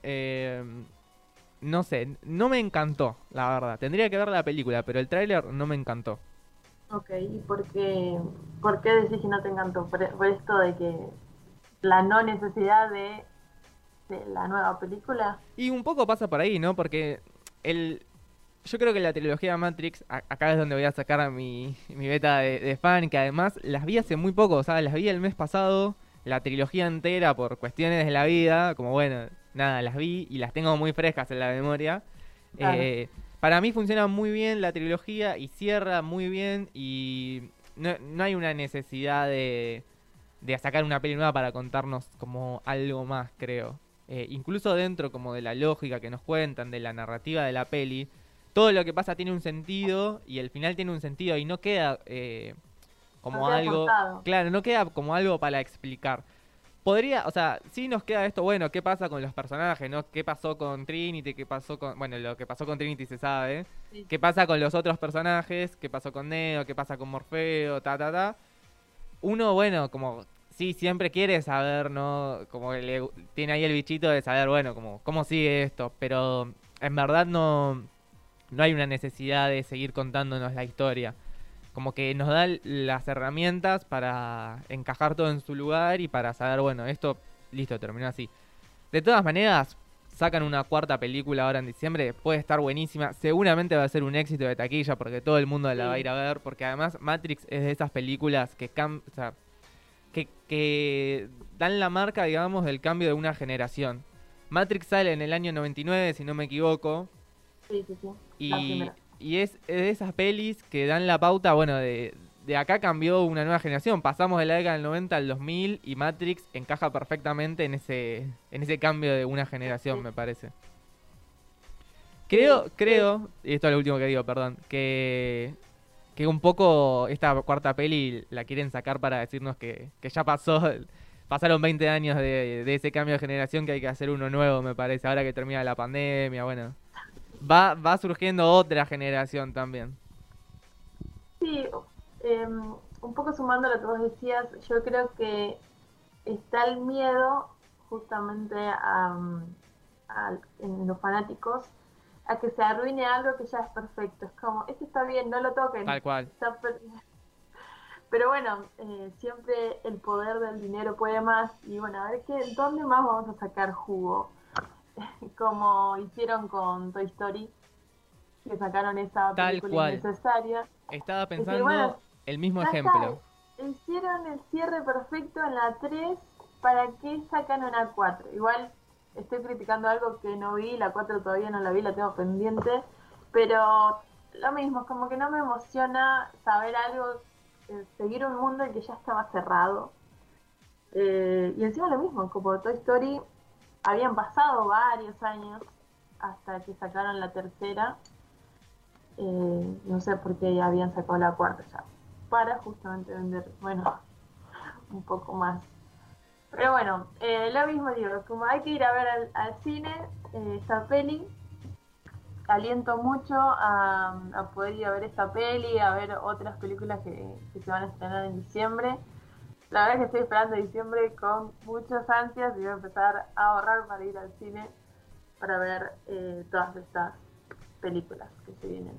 no sé, no me encantó, la verdad. Tendría que ver la película, pero el tráiler no me encantó. ok, ¿y por qué decís que no te encantó? Por esto de que la no necesidad de la nueva película. Y un poco pasa por ahí, ¿no? Porque yo creo que la trilogía Matrix, acá es donde voy a sacar a mi beta de fan, que además las vi hace muy poco, o sea, las vi el mes pasado, la trilogía entera por cuestiones de la vida, como bueno, nada, las vi y las tengo muy frescas en la memoria. Claro. Para mí funciona muy bien la trilogía y cierra muy bien y no hay una necesidad de sacar una peli nueva para contarnos como algo más, creo. Incluso dentro como de la lógica que nos cuentan, de la narrativa de la peli, todo lo que pasa tiene un sentido y el final tiene un sentido y no queda como No queda algo... forzado. Claro, no queda como algo para explicar. Podría, o sea, sí nos queda esto, bueno, ¿qué pasa con los personajes, no? ¿Qué pasó con Trinity? ¿Qué pasó con...? Bueno, lo que pasó con Trinity se sabe. Sí. ¿Qué pasa con los otros personajes? ¿Qué pasó con Neo? ¿Qué pasa con Morfeo? Uno, bueno, como... Sí, siempre quiere saber, ¿no? Como que tiene ahí el bichito de saber, bueno, como cómo sigue esto. Pero en verdad no hay una necesidad de seguir contándonos la historia. Como que nos da las herramientas para encajar todo en su lugar y para saber, bueno, esto, listo, terminó así. De todas maneras, sacan una cuarta película ahora en diciembre, puede estar buenísima. Seguramente va a ser un éxito de taquilla porque todo el mundo la va a ir a ver. Porque además Matrix es de esas películas que que dan la marca, digamos, del cambio de una generación. Matrix sale en el año 99, si no me equivoco. Sí. La primera. Y es de esas pelis que dan la pauta, bueno, de acá cambió una nueva generación. Pasamos de la década del 90 al 2000 y Matrix encaja perfectamente en ese cambio de una generación, me parece. Creo, y esto es lo último que digo, perdón, que un poco esta cuarta peli la quieren sacar para decirnos que ya pasaron 20 años de ese cambio de generación, que hay que hacer uno nuevo, me parece, ahora que termina la pandemia, bueno. Va surgiendo otra generación también. Sí, un poco sumando lo que vos decías, yo creo que está el miedo justamente en los fanáticos a que se arruine algo que ya es perfecto. Es como, este está bien, no lo toquen. Tal cual. Pero bueno, siempre el poder del dinero puede más. Y bueno, a ver dónde más vamos a sacar jugo. Como hicieron con Toy Story, que sacaron esa Tal película cual. innecesaria. Estaba pensando Decir, bueno, el mismo ya ejemplo. está. Hicieron el cierre perfecto en la 3. ¿para qué sacan una 4? Igual estoy criticando algo que no vi, la 4 todavía no la vi, la tengo pendiente, pero lo mismo, es como que no me emociona saber algo, seguir un mundo en que ya estaba cerrado. Y encima lo mismo, como Toy Story, habían pasado varios años hasta que sacaron la tercera. No sé por qué habían sacado la cuarta ya, para justamente vender, bueno, un poco más. Pero bueno, lo mismo digo, como hay que ir a ver al cine esta peli, aliento mucho a poder ir a ver esta peli, a ver otras películas que se van a estrenar en diciembre. La verdad es que estoy esperando diciembre con muchas ansias y voy a empezar a ahorrar para ir al cine para ver todas estas películas que se vienen.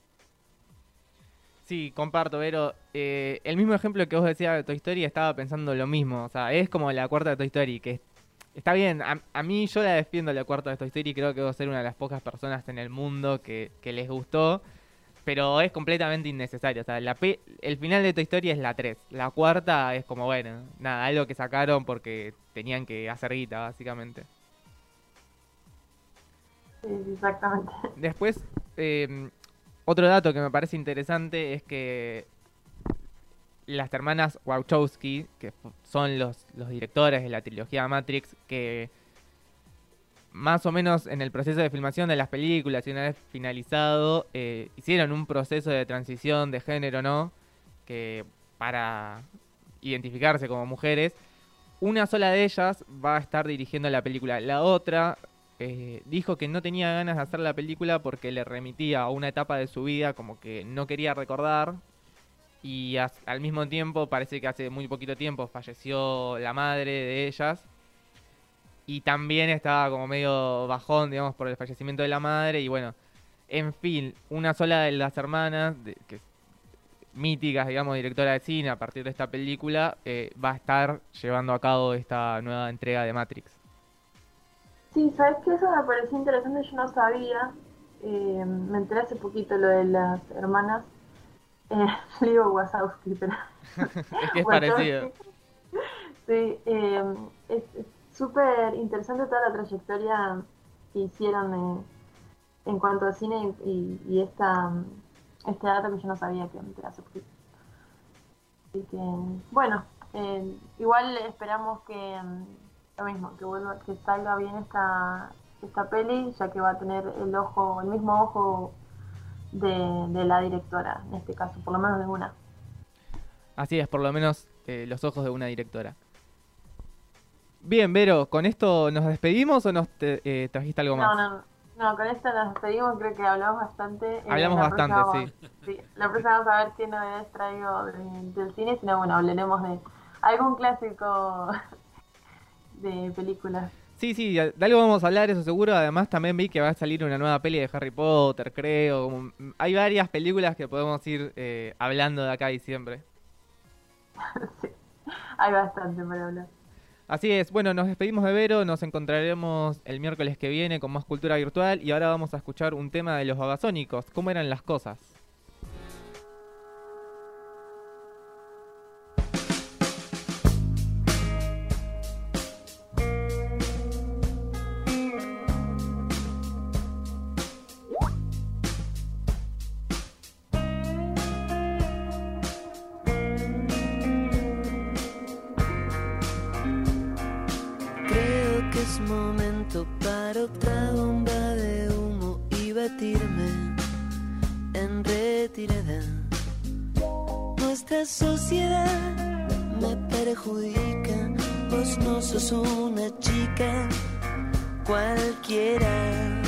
Sí, comparto, Vero. El mismo ejemplo que vos decías de Toy Story, estaba pensando lo mismo. O sea, es como la cuarta de Toy Story, que está bien. A mí yo la defiendo la cuarta de Toy Story, creo que debo ser una de las pocas personas en el mundo que les gustó, pero es completamente innecesario. O sea, el final de Toy Story es la 3. La cuarta es como, bueno, nada, algo que sacaron porque tenían que hacer guita, básicamente. Sí, exactamente. Después, otro dato que me parece interesante es que las hermanas Wachowski, que son los directores de la trilogía Matrix, que más o menos en el proceso de filmación de las películas y una vez finalizado, hicieron un proceso de transición de género, ¿no? Que para identificarse como mujeres, una sola de ellas va a estar dirigiendo la película. La otra dijo que no tenía ganas de hacer la película porque le remitía a una etapa de su vida como que no quería recordar, y al mismo tiempo parece que hace muy poquito tiempo falleció la madre de ellas y también estaba como medio bajón, digamos, por el fallecimiento de la madre. Y bueno, en fin, una sola de las hermanas, que míticas, digamos, directora de cine a partir de esta película, va a estar llevando a cabo esta nueva entrega de Matrix. Sí, ¿sabes qué? Eso me pareció interesante, yo no sabía. Me enteré hace poquito lo de las hermanas. Digo Wazowski, pero... Es que es parecido. Sí, es súper interesante toda la trayectoria que hicieron en cuanto a cine y este dato que yo no sabía, que me enteré hace poquito. Así que, bueno, igual esperamos que... lo mismo, que salga bien esta peli, ya que va a tener el mismo ojo de la directora, en este caso, por lo menos de una. Así es, por lo menos los ojos de una directora. Bien, Vero, ¿con esto nos despedimos o nos trajiste algo más? No, con esto nos despedimos, creo que hablamos bastante. Hablamos bastante, sí. La próxima vamos a ver qué novedades traigo del cine, sino bueno, hablaremos de algún clásico de películas. Sí, de algo vamos a hablar, eso seguro. Además también vi que va a salir una nueva peli de Harry Potter, creo. Hay varias películas que podemos ir hablando de acá a diciembre. Sí, hay bastante para hablar. Así es, bueno, nos despedimos de Vero, nos encontraremos el miércoles que viene con más cultura virtual y ahora vamos a escuchar un tema de los Babasónicos, ¿cómo eran las cosas? Es momento para otra bomba de humo y batirme en retirada. Nuestra sociedad me perjudica, vos no sos una chica cualquiera.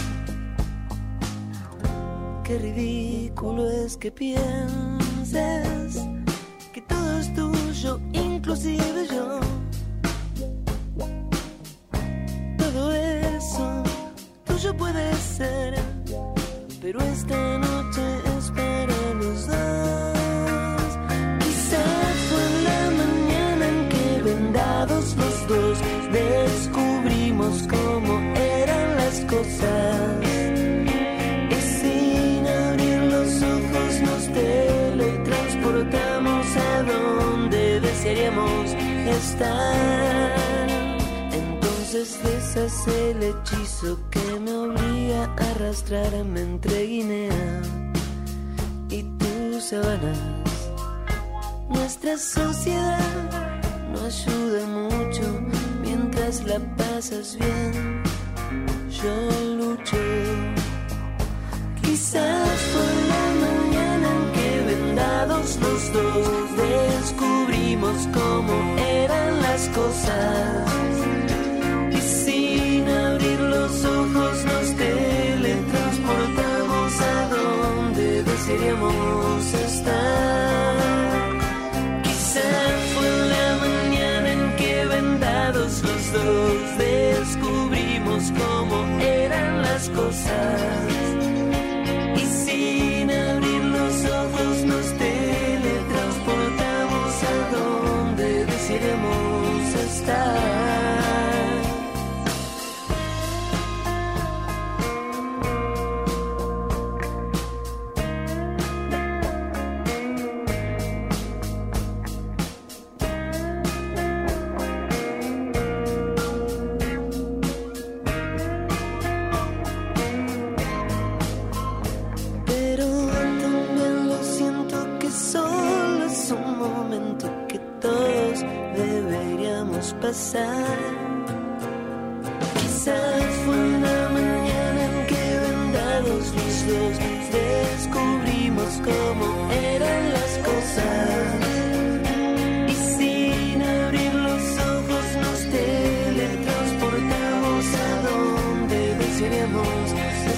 Qué ridículo es que pienses que todo es tuyo, inclusive yo. Todo eso tuyo puede ser, pero esta noche es para los dos. Quizás fue en la mañana en que vendados los dos descubrimos cómo eran las cosas, y sin abrir los ojos nos teletransportamos a donde desearíamos estar. luces deshace el hechizo que me obliga a arrastrarme entre Guinea y tus sabanas. Nuestra sociedad no ayuda mucho mientras la pasas bien. Yo lucho. Quizás fue la mañana en que vendados los dos descubrimos cómo eran las cosas. Y sin abrir los ojos nos teletransportamos a donde desearíamos estar. Quizás fue la mañana en que vendados los dos descubrimos cómo eran las cosas. Y sin abrir los ojos nos teletransportamos a donde desearíamos estar. Pasar. Quizás fue una mañana en que vendados los dos descubrimos cómo eran las cosas. Y sin abrir los ojos nos teletransportamos a donde desearíamos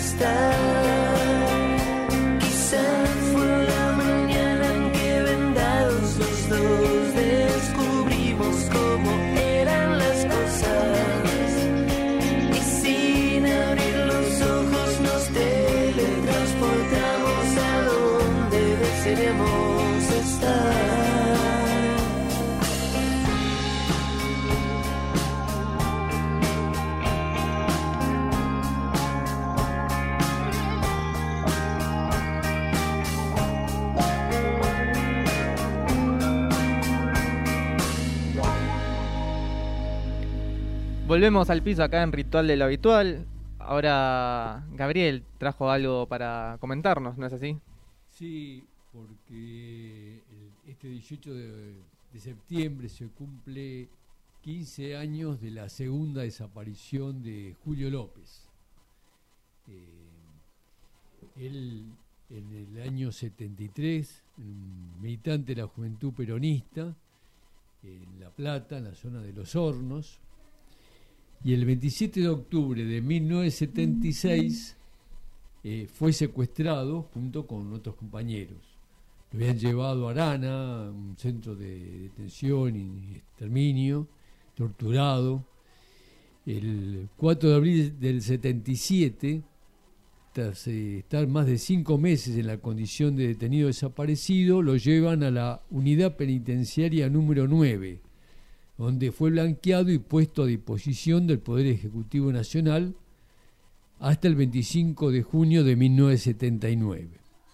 estar. Quizás fue la mañana en que vendados los dos descubrimos cómo eran las cosas. Y sin abrir los ojos nos teletransportamos a donde desearíamos estar. Volvemos al piso acá en Ritual de lo Habitual. Ahora Gabriel trajo algo para comentarnos, ¿no es así? Sí, porque este 18 de septiembre se cumple 15 años de la segunda desaparición de Julio López. Él, en el año 73, un militante de la Juventud Peronista, en La Plata, en la zona de Los Hornos, y el 27 de octubre de 1976 fue secuestrado junto con otros compañeros. Lo habían llevado a Arana, un centro de detención y exterminio, torturado. El 4 de abril del 77, tras estar más de 5 meses en la condición de detenido desaparecido, lo llevan a la unidad penitenciaria número 9, donde fue blanqueado y puesto a disposición del Poder Ejecutivo Nacional hasta el 25 de junio de 1979.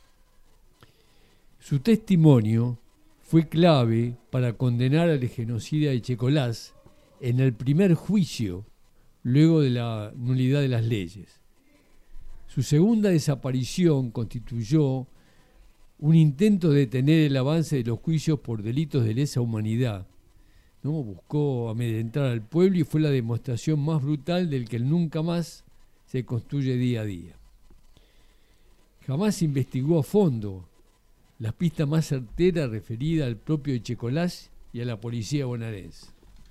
Su testimonio fue clave para condenar al genocida de Checolás en el primer juicio, luego de la nulidad de las leyes. Su segunda desaparición constituyó un intento de detener el avance de los juicios por delitos de lesa humanidad, ¿no? Buscó amedrentar al pueblo y fue la demostración más brutal del que el nunca más se construye día a día. Jamás investigó a fondo las pistas más certeras referidas al propio Echecolás y a la policía bonaerense.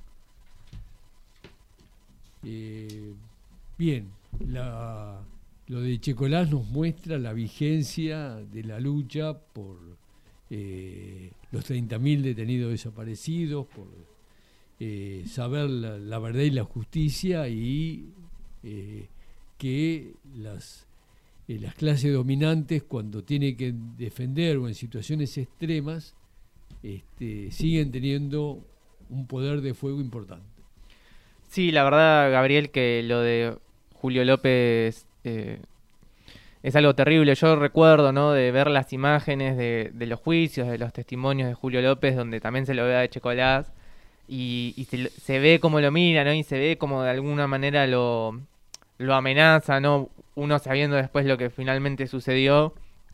Bien, lo de Echecolás nos muestra la vigencia de la lucha por los 30.000 detenidos desaparecidos, por saber la verdad y la justicia, y que las clases dominantes, cuando tienen que defender o en situaciones extremas, siguen teniendo un poder de fuego importante. Sí, la verdad, Gabriel, que lo de Julio López es algo terrible. Yo recuerdo, ¿no?, de ver las imágenes de los juicios, de los testimonios de Julio López, donde también se lo ve a Echecolás. y se ve como lo mira, ¿no? Y se ve como de alguna manera lo amenaza, ¿no? Uno sabiendo después lo que finalmente sucedió.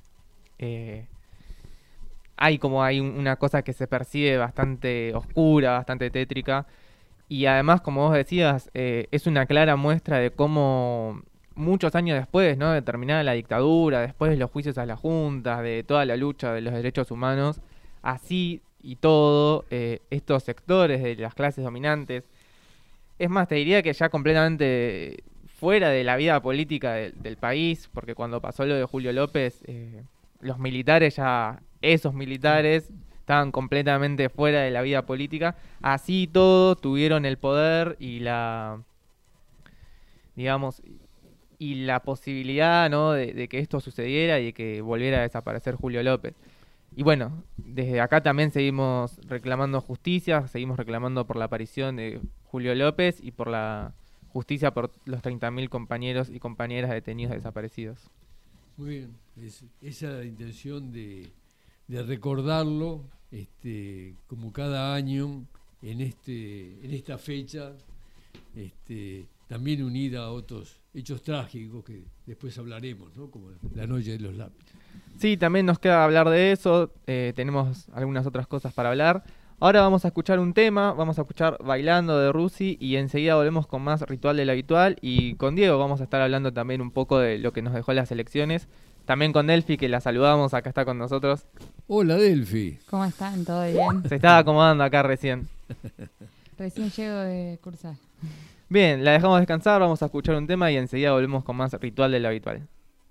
Hay una cosa que se percibe bastante oscura, bastante tétrica. Y además, como vos decías, es una clara muestra de cómo muchos años después, ¿no? De terminada la dictadura, después de los juicios a las juntas, de toda la lucha de los derechos humanos, así y todo, estos sectores de las clases dominantes, es más, te diría que ya completamente fuera de la vida política del país, porque cuando pasó lo de Julio López, los militares esos militares estaban completamente fuera de la vida política, así todo tuvieron el poder y la posibilidad, ¿no? de que esto sucediera y de que volviera a desaparecer Julio López. Y bueno, desde acá también seguimos reclamando justicia, seguimos reclamando por la aparición de Julio López y por la justicia por los 30.000 compañeros y compañeras detenidos desaparecidos. Muy bien, esa es la intención de recordarlo, como cada año en esta fecha, también unida a otros hechos trágicos que después hablaremos, ¿no? Como la noche de los lápices. Sí, también nos queda hablar de eso, tenemos algunas otras cosas para hablar. Ahora vamos a escuchar un tema, vamos a escuchar Bailando de Rusi y enseguida volvemos con más Ritual del Habitual y con Diego vamos a estar hablando también un poco de lo que nos dejó las elecciones. También con Delphi, que la saludamos, acá está con nosotros. Hola Delphi. ¿Cómo están? ¿Todo bien? Se estaba acomodando acá recién. Recién llego de cursar. Bien, la dejamos descansar, vamos a escuchar un tema y enseguida volvemos con más Ritual del Habitual.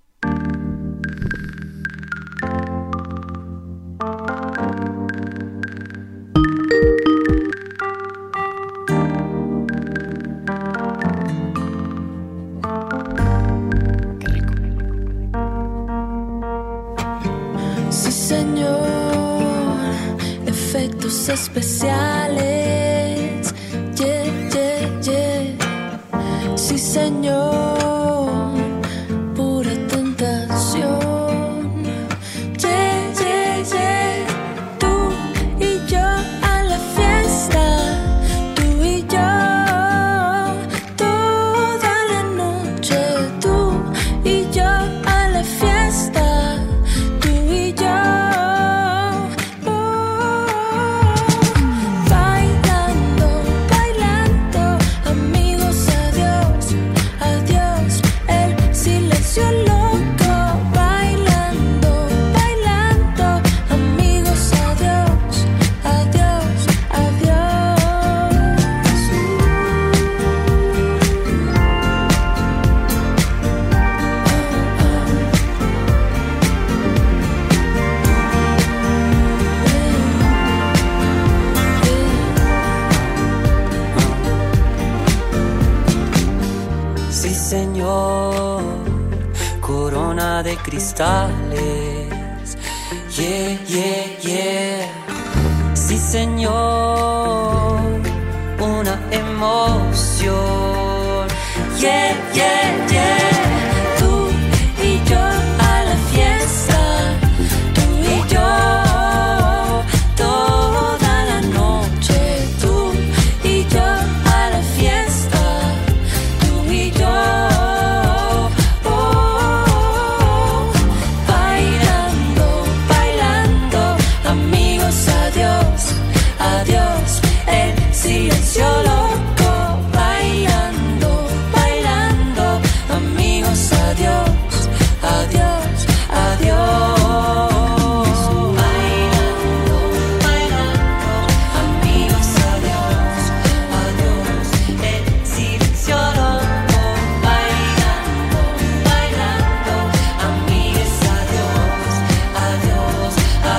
Sí, señor, efectos especiales. Yeah, yeah, yeah. Sí, señor, pura tentación. Yeah, yeah, yeah. Tú y yo a la fiesta. Tú y yo toda la noche. Tú y yo a la fiesta. Tú y yo bailando, bailando, amigos, adiós, adiós, el silencio loco. Bailando, bailando, amigos, adiós, adiós, adiós. Sí, señor, corona de cristales. Yeah, yeah, yeah. Sí, señor, una emoción. Yeah, yeah, yeah. Tú y yo a la fiesta. Tú y yo toda la noche. Tú y yo a la fiesta. Tú y yo bailando, bailando, amigos, adiós, adiós, el silencio loco. Bailando, bailando, amigos, adiós, adiós, adiós. Bailando, bailando, amigos, adiós, adiós, el silencio loco. Bailando, bailando, amigos, adiós, adiós,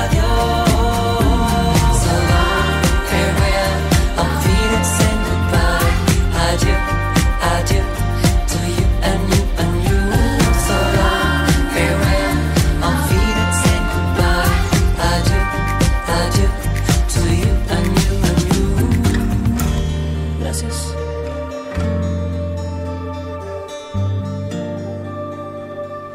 adiós. So long, farewell, I'm feeling saying goodbye. Adieu, adieu, to you and you and you. So long, farewell, I'm feeling saying goodbye. Adieu, adieu, to you and you and you. Gracias.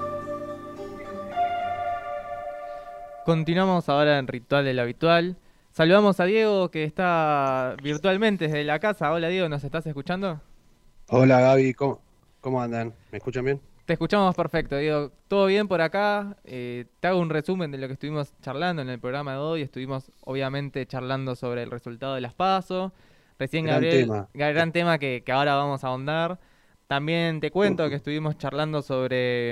Continuamos ahora en Ritual del Habitual. saludamos a Diego, que está virtualmente desde la casa. Hola Diego, ¿nos estás escuchando? Hola Gaby, ¿cómo andan? ¿Me escuchan bien? Te escuchamos perfecto, Diego. ¿Todo bien por acá? Te hago un resumen de lo que estuvimos charlando en el programa de hoy. Estuvimos, obviamente, charlando sobre el resultado de las PASO. Recién gran tema que ahora vamos a ahondar. También te cuento que estuvimos charlando sobre,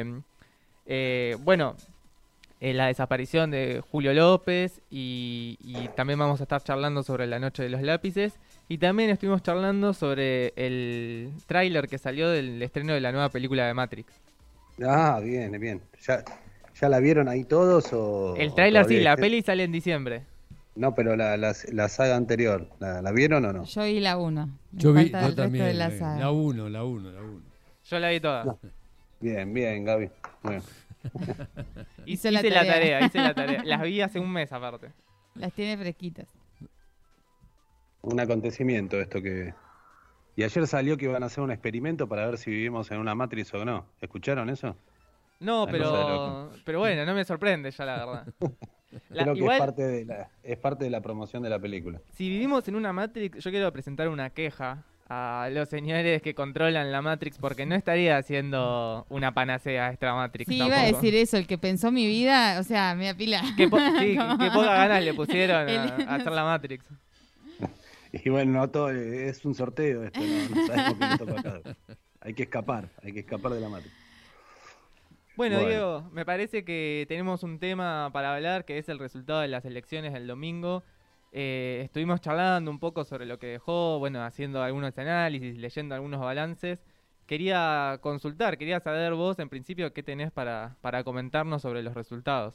la desaparición de Julio López y también vamos a estar charlando sobre la noche de los lápices. Y también estuvimos charlando sobre el tráiler que salió del estreno de la nueva película de Matrix. Ah, bien. ¿Ya la vieron ahí todos o...? El tráiler sí, la peli sale en diciembre. No, pero la saga anterior, ¿la vieron o no? Yo vi la 1. Yo también, la 1. Yo la vi toda. No. Bien, Gaby. Bueno. hice la tarea. Las vi hace un mes aparte. Las tiene fresquitas. Un acontecimiento esto que... Y ayer salió que iban a hacer un experimento para ver si vivimos en una Matrix o no. ¿Escucharon eso? No, pero bueno, no me sorprende ya la verdad. Creo que es parte de la promoción de la película. Si vivimos en una Matrix, yo quiero presentar una queja a los señores que controlan la Matrix, porque no estaría haciendo una panacea esta Matrix. Sí, tampoco. Iba a decir eso, el que pensó mi vida, o sea, me apila. Qué poca ganas le pusieron a hacer la Matrix. Y bueno, no todo es un sorteo esto, no sabemos qué le toca a cada uno. Hay que escapar de la Matrix. Bueno, Diego, me parece que tenemos un tema para hablar, que es el resultado de las elecciones del domingo. Estuvimos charlando un poco sobre lo que dejó, haciendo algunos análisis, leyendo algunos balances. Quería saber vos, en principio, qué tenés para comentarnos sobre los resultados.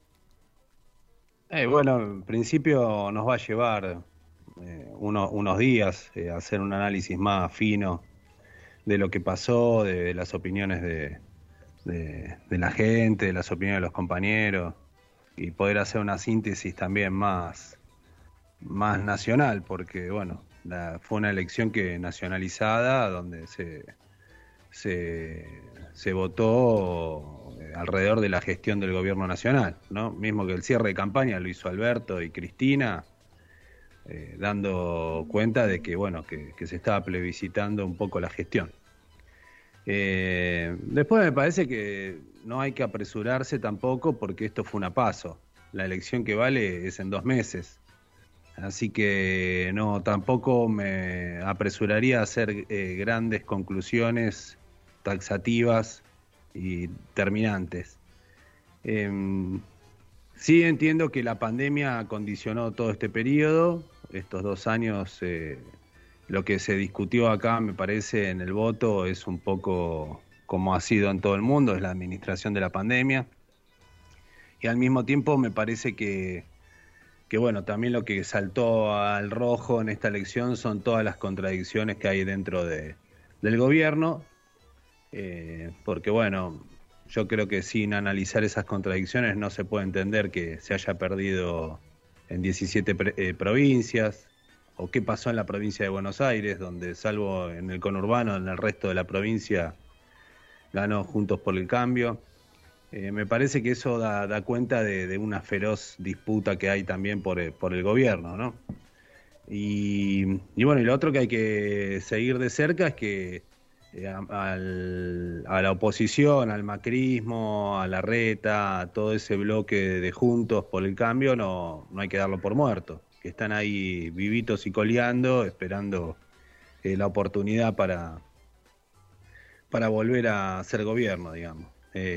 En principio nos va a llevar unos días a hacer un análisis más fino de lo que pasó, de las opiniones de la gente, de las opiniones de los compañeros, y poder hacer una síntesis también más nacional, porque fue una elección nacionalizada donde se votó alrededor de la gestión del gobierno nacional, ¿no? Mismo que el cierre de campaña lo hizo Alberto y Cristina, dando cuenta de que se estaba plebiscitando un poco la gestión. Después me parece que no hay que apresurarse tampoco, porque esto fue una PASO. La elección que vale es en 2 meses. Así que no, tampoco me apresuraría a hacer grandes conclusiones taxativas y terminantes. Sí entiendo que la pandemia condicionó todo este periodo. Estos 2 años, lo que se discutió acá, me parece, en el voto, es un poco como ha sido en todo el mundo, es la administración de la pandemia. Y al mismo tiempo me parece que también lo que saltó al rojo en esta elección son todas las contradicciones que hay dentro del gobierno, porque yo creo que sin analizar esas contradicciones no se puede entender que se haya perdido en 17 provincias, o qué pasó en la provincia de Buenos Aires, donde salvo en el conurbano, en el resto de la provincia ganó Juntos por el Cambio. Me parece que eso da cuenta de una feroz disputa que hay también por el gobierno, ¿no? Y lo otro que hay que seguir de cerca es que a la oposición, al macrismo, a Larreta, a todo ese bloque de Juntos por el Cambio, no hay que darlo por muerto, que están ahí vivitos y coleando, esperando la oportunidad para volver a ser gobierno, digamos.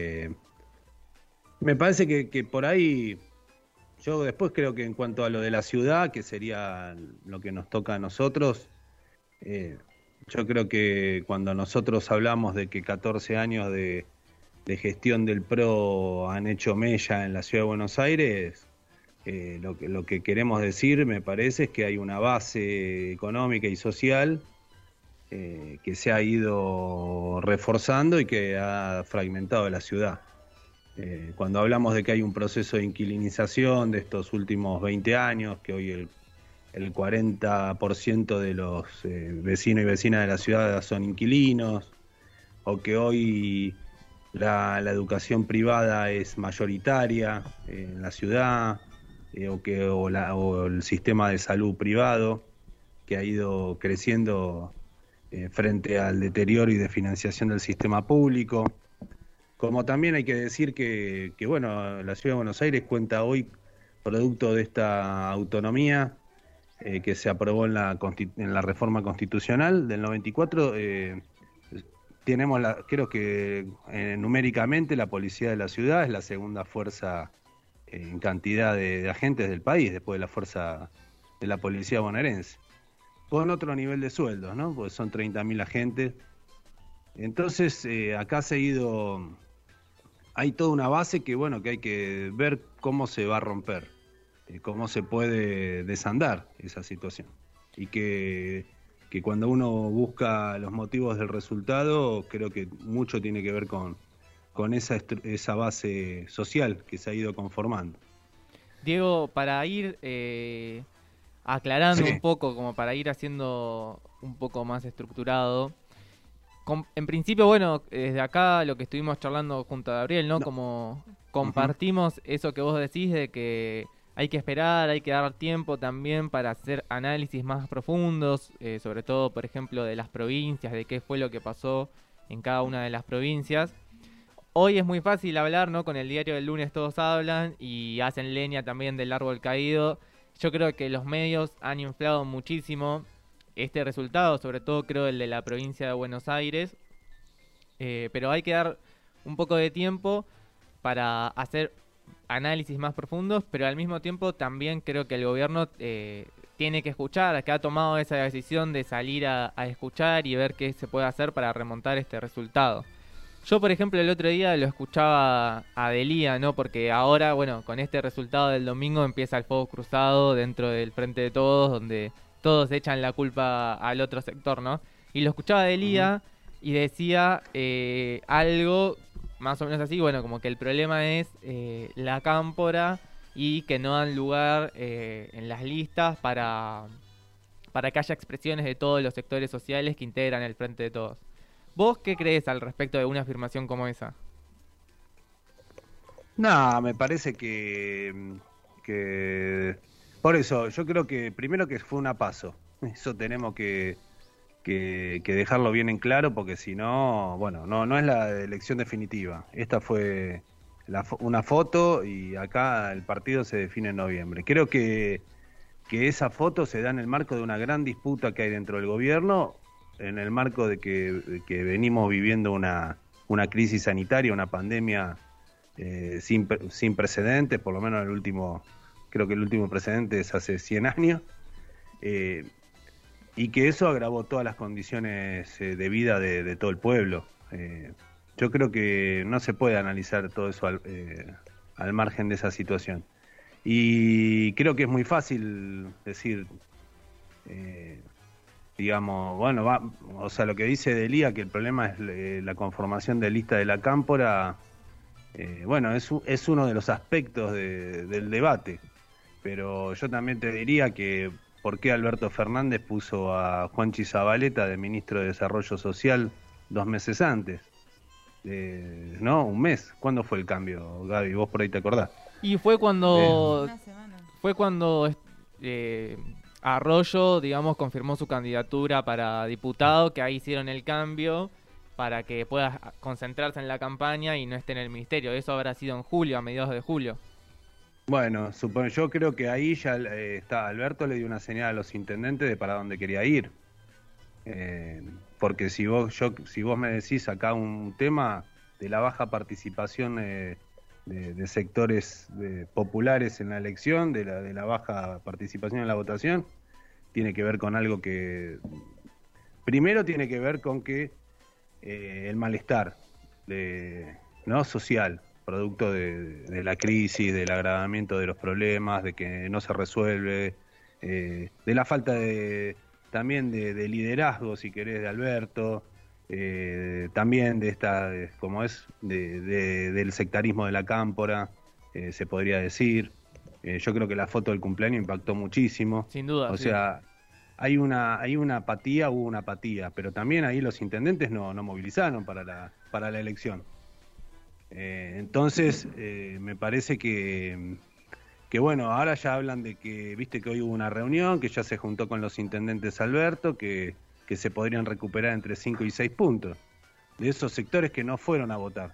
Me parece que por ahí, yo después creo que en cuanto a lo de la ciudad, que sería lo que nos toca a nosotros, yo creo que cuando nosotros hablamos de que 14 años de gestión del PRO han hecho mella en la ciudad de Buenos Aires, lo que queremos decir, me parece, es que hay una base económica y social que se ha ido reforzando y que ha fragmentado la ciudad. Cuando hablamos de que hay un proceso de inquilinización de estos últimos 20 años, que hoy el 40% de los vecinos y vecinas de la ciudad son inquilinos, o que hoy la educación privada es mayoritaria en la ciudad, o el sistema de salud privado que ha ido creciendo frente al deterioro y de financiación del sistema público. Como también hay que decir que bueno, la Ciudad de Buenos Aires cuenta hoy, producto de esta autonomía que se aprobó en la reforma constitucional del 94, tenemos, creo que numéricamente la policía de la ciudad es la segunda fuerza en cantidad de agentes del país, después de la fuerza de la policía bonaerense, con otro nivel de sueldos, ¿no? Porque son 30.000 agentes. Entonces, acá hay toda una base que, bueno, que hay que ver cómo se va a romper, cómo se puede desandar esa situación. Y que cuando uno busca los motivos del resultado, creo que mucho tiene que ver con esa base social que se ha ido conformando. Diego, para ir aclarando Sí. un poco, como para ir haciendo un poco más estructurado, en principio, bueno, desde acá lo que estuvimos charlando junto a Gabriel, ¿no? Como compartimos eso que vos decís de que hay que esperar, hay que dar tiempo también para hacer análisis más profundos, sobre todo, por ejemplo, de las provincias, de qué fue lo que pasó en cada una de las provincias. Hoy es muy fácil hablar, ¿no? Con el diario del lunes todos hablan y hacen leña también del árbol caído. Yo creo que los medios han inflado muchísimo este resultado, sobre todo creo el de la provincia de Buenos Aires, pero hay que dar un poco de tiempo para hacer análisis más profundos, pero al mismo tiempo también creo que el gobierno tiene que escuchar, que ha tomado esa decisión de salir a escuchar y ver qué se puede hacer para remontar este resultado. Yo, por ejemplo, el otro día lo escuchaba a Delía, ¿no? Porque ahora, bueno, con este resultado del domingo empieza el fuego cruzado dentro del Frente de Todos, donde todos echan la culpa al otro sector, ¿no? Y lo escuchaba a Delía y decía algo más o menos así, bueno, como que el problema es la cámpora y que no dan lugar en las listas para que haya expresiones de todos los sectores sociales que integran el Frente de Todos. ¿Vos qué crees al respecto de una afirmación como esa? No, me parece que por eso, yo creo que primero que fue una paso. Eso tenemos que dejarlo bien en claro, porque si no, bueno, no es la elección definitiva. Esta fue una foto y acá el partido se define en noviembre. Creo que esa foto se da en el marco de una gran disputa que hay dentro del gobierno, en el marco de que venimos viviendo una crisis sanitaria, una pandemia sin precedentes, por lo menos creo que el último precedente es hace 100 años, y que eso agravó todas las condiciones de vida de todo el pueblo. Yo creo que no se puede analizar todo eso al margen de esa situación. Y creo que es muy fácil decir, digamos, bueno, o sea, lo que dice Delía, que el problema es la conformación de lista de la cámpora, bueno, es uno de los aspectos del debate, pero yo también te diría que ¿por qué Alberto Fernández puso a Juanchi Zabaleta de ministro de Desarrollo Social 2 meses antes? ¿No? Un mes. ¿Cuándo fue el cambio, Gaby? Vos por ahí te acordás. Y fue cuando Arroyo, digamos, confirmó su candidatura para diputado, que ahí hicieron el cambio para que pueda concentrarse en la campaña y no esté en el ministerio. Eso habrá sido en julio, a mediados de julio. Bueno, yo creo que ahí ya Alberto le dio una señal a los intendentes de para dónde quería ir. Porque si vos me decís acá un tema de la baja participación de sectores populares en la elección, de la baja participación en la votación, tiene que ver con algo que primero tiene que ver con que el malestar no social, producto de la crisis, del agravamiento de los problemas, de que no se resuelve, de la falta también de liderazgo, si querés, de Alberto, también de del sectarismo de la cámpora, se podría decir. Yo creo que la foto del cumpleaños impactó muchísimo. Sin duda. O sea, hay una apatía, hubo una apatía, pero también ahí los intendentes no movilizaron para la elección. Entonces, me parece que que bueno, ahora ya hablan de que, viste que hoy hubo una reunión, que ya se juntó con los intendentes Alberto, que se podrían recuperar entre 5 y 6 puntos de esos sectores que no fueron a votar.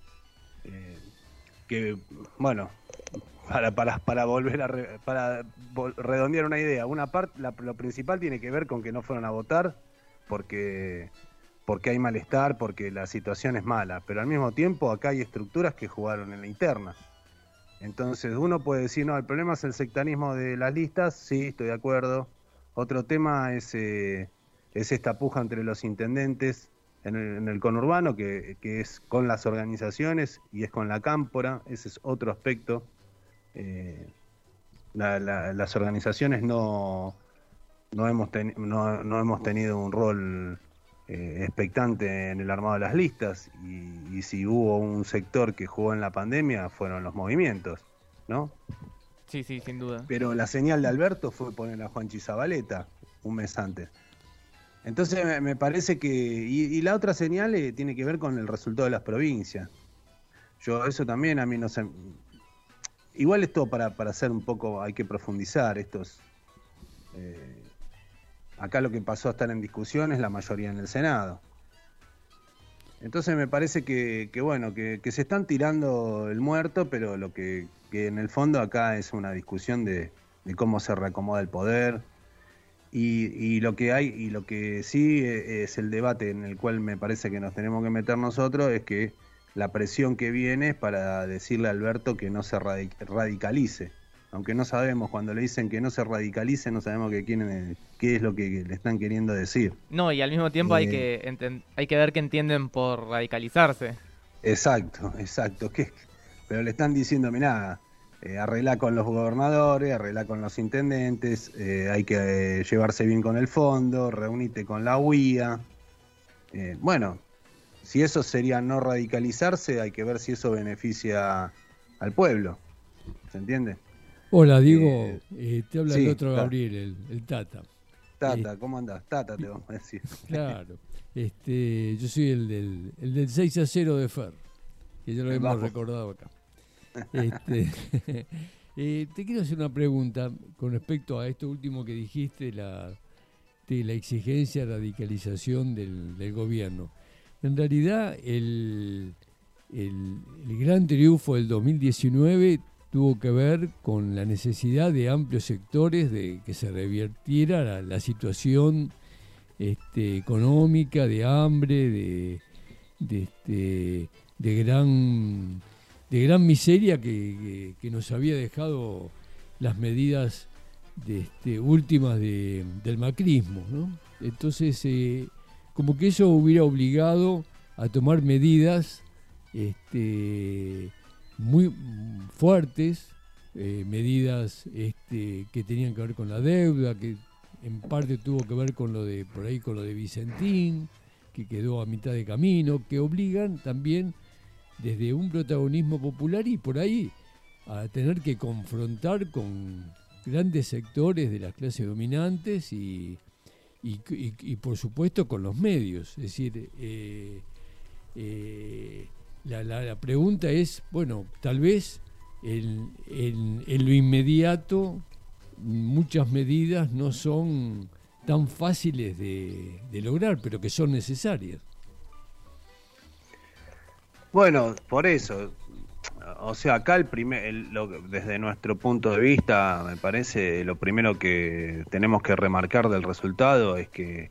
Que, bueno, para volver para redondear una idea, una parte, lo principal tiene que ver con que no fueron a votar porque hay malestar, porque la situación es mala, pero al mismo tiempo acá hay estructuras que jugaron en la interna. Entonces uno puede decir, no, el problema es el sectarismo de las listas, sí, estoy de acuerdo. Otro tema es esta puja entre los intendentes en el conurbano, que es con las organizaciones y es con la cámpora, ese es otro aspecto. Las organizaciones no hemos tenido un rol expectante en el armado de las listas, y si hubo un sector que jugó en la pandemia fueron los movimientos, ¿no? Sí, sin duda. Pero la señal de Alberto fue poner a Juanchi Zabaleta un mes antes. Entonces me parece que... Y la otra señal tiene que ver con el resultado de las provincias. Eso también a mí no sé... Igual esto para hacer un poco, hay que profundizar estos... acá lo que pasó a estar en discusión es la mayoría en el Senado. Entonces me parece que bueno, que se están tirando el muerto, pero lo que en el fondo acá es una discusión de cómo se reacomoda el poder. Y lo que hay, y lo que sí es el debate en el cual me parece que nos tenemos que meter nosotros, es que la presión que viene es para decirle a Alberto que no se radicalice. Aunque no sabemos, cuando le dicen que no se radicalice, no sabemos qué es lo que le están queriendo decir. No, y al mismo tiempo hay que ver qué entienden por radicalizarse. Exacto. Pero le están diciendo, mirá, arreglá con los gobernadores, arreglá con los intendentes, hay que llevarse bien con el fondo, reunite con la UIA. Bueno, si eso sería no radicalizarse, hay que ver si eso beneficia al pueblo. ¿Se entiende? Hola, Diego, te habla sí, el otro Gabriel, el Tata. Tata, ¿cómo andás? Tata te vamos a decir. Claro, yo soy el del 6-0 de Fer, que ya lo hemos recordado acá. Te quiero hacer una pregunta con respecto a esto último que dijiste, de la exigencia de radicalización del gobierno. En realidad, el gran triunfo del 2019 tuvo que ver con la necesidad de amplios sectores de que se revirtiera la situación económica, de hambre, de gran miseria que nos había dejado las medidas últimas del macrismo, ¿no? Entonces, como que eso hubiera obligado a tomar medidas muy fuertes, medidas que tenían que ver con la deuda, que en parte tuvo que ver con lo de Vicentín, que quedó a mitad de camino, que obligan también desde un protagonismo popular y por ahí a tener que confrontar con grandes sectores de las clases dominantes y por supuesto con los medios. Es decir, la pregunta es, bueno, tal vez en lo inmediato muchas medidas no son tan fáciles de lograr, pero que son necesarias. Bueno, por eso, o sea, acá desde nuestro punto de vista, me parece, lo primero que tenemos que remarcar del resultado es que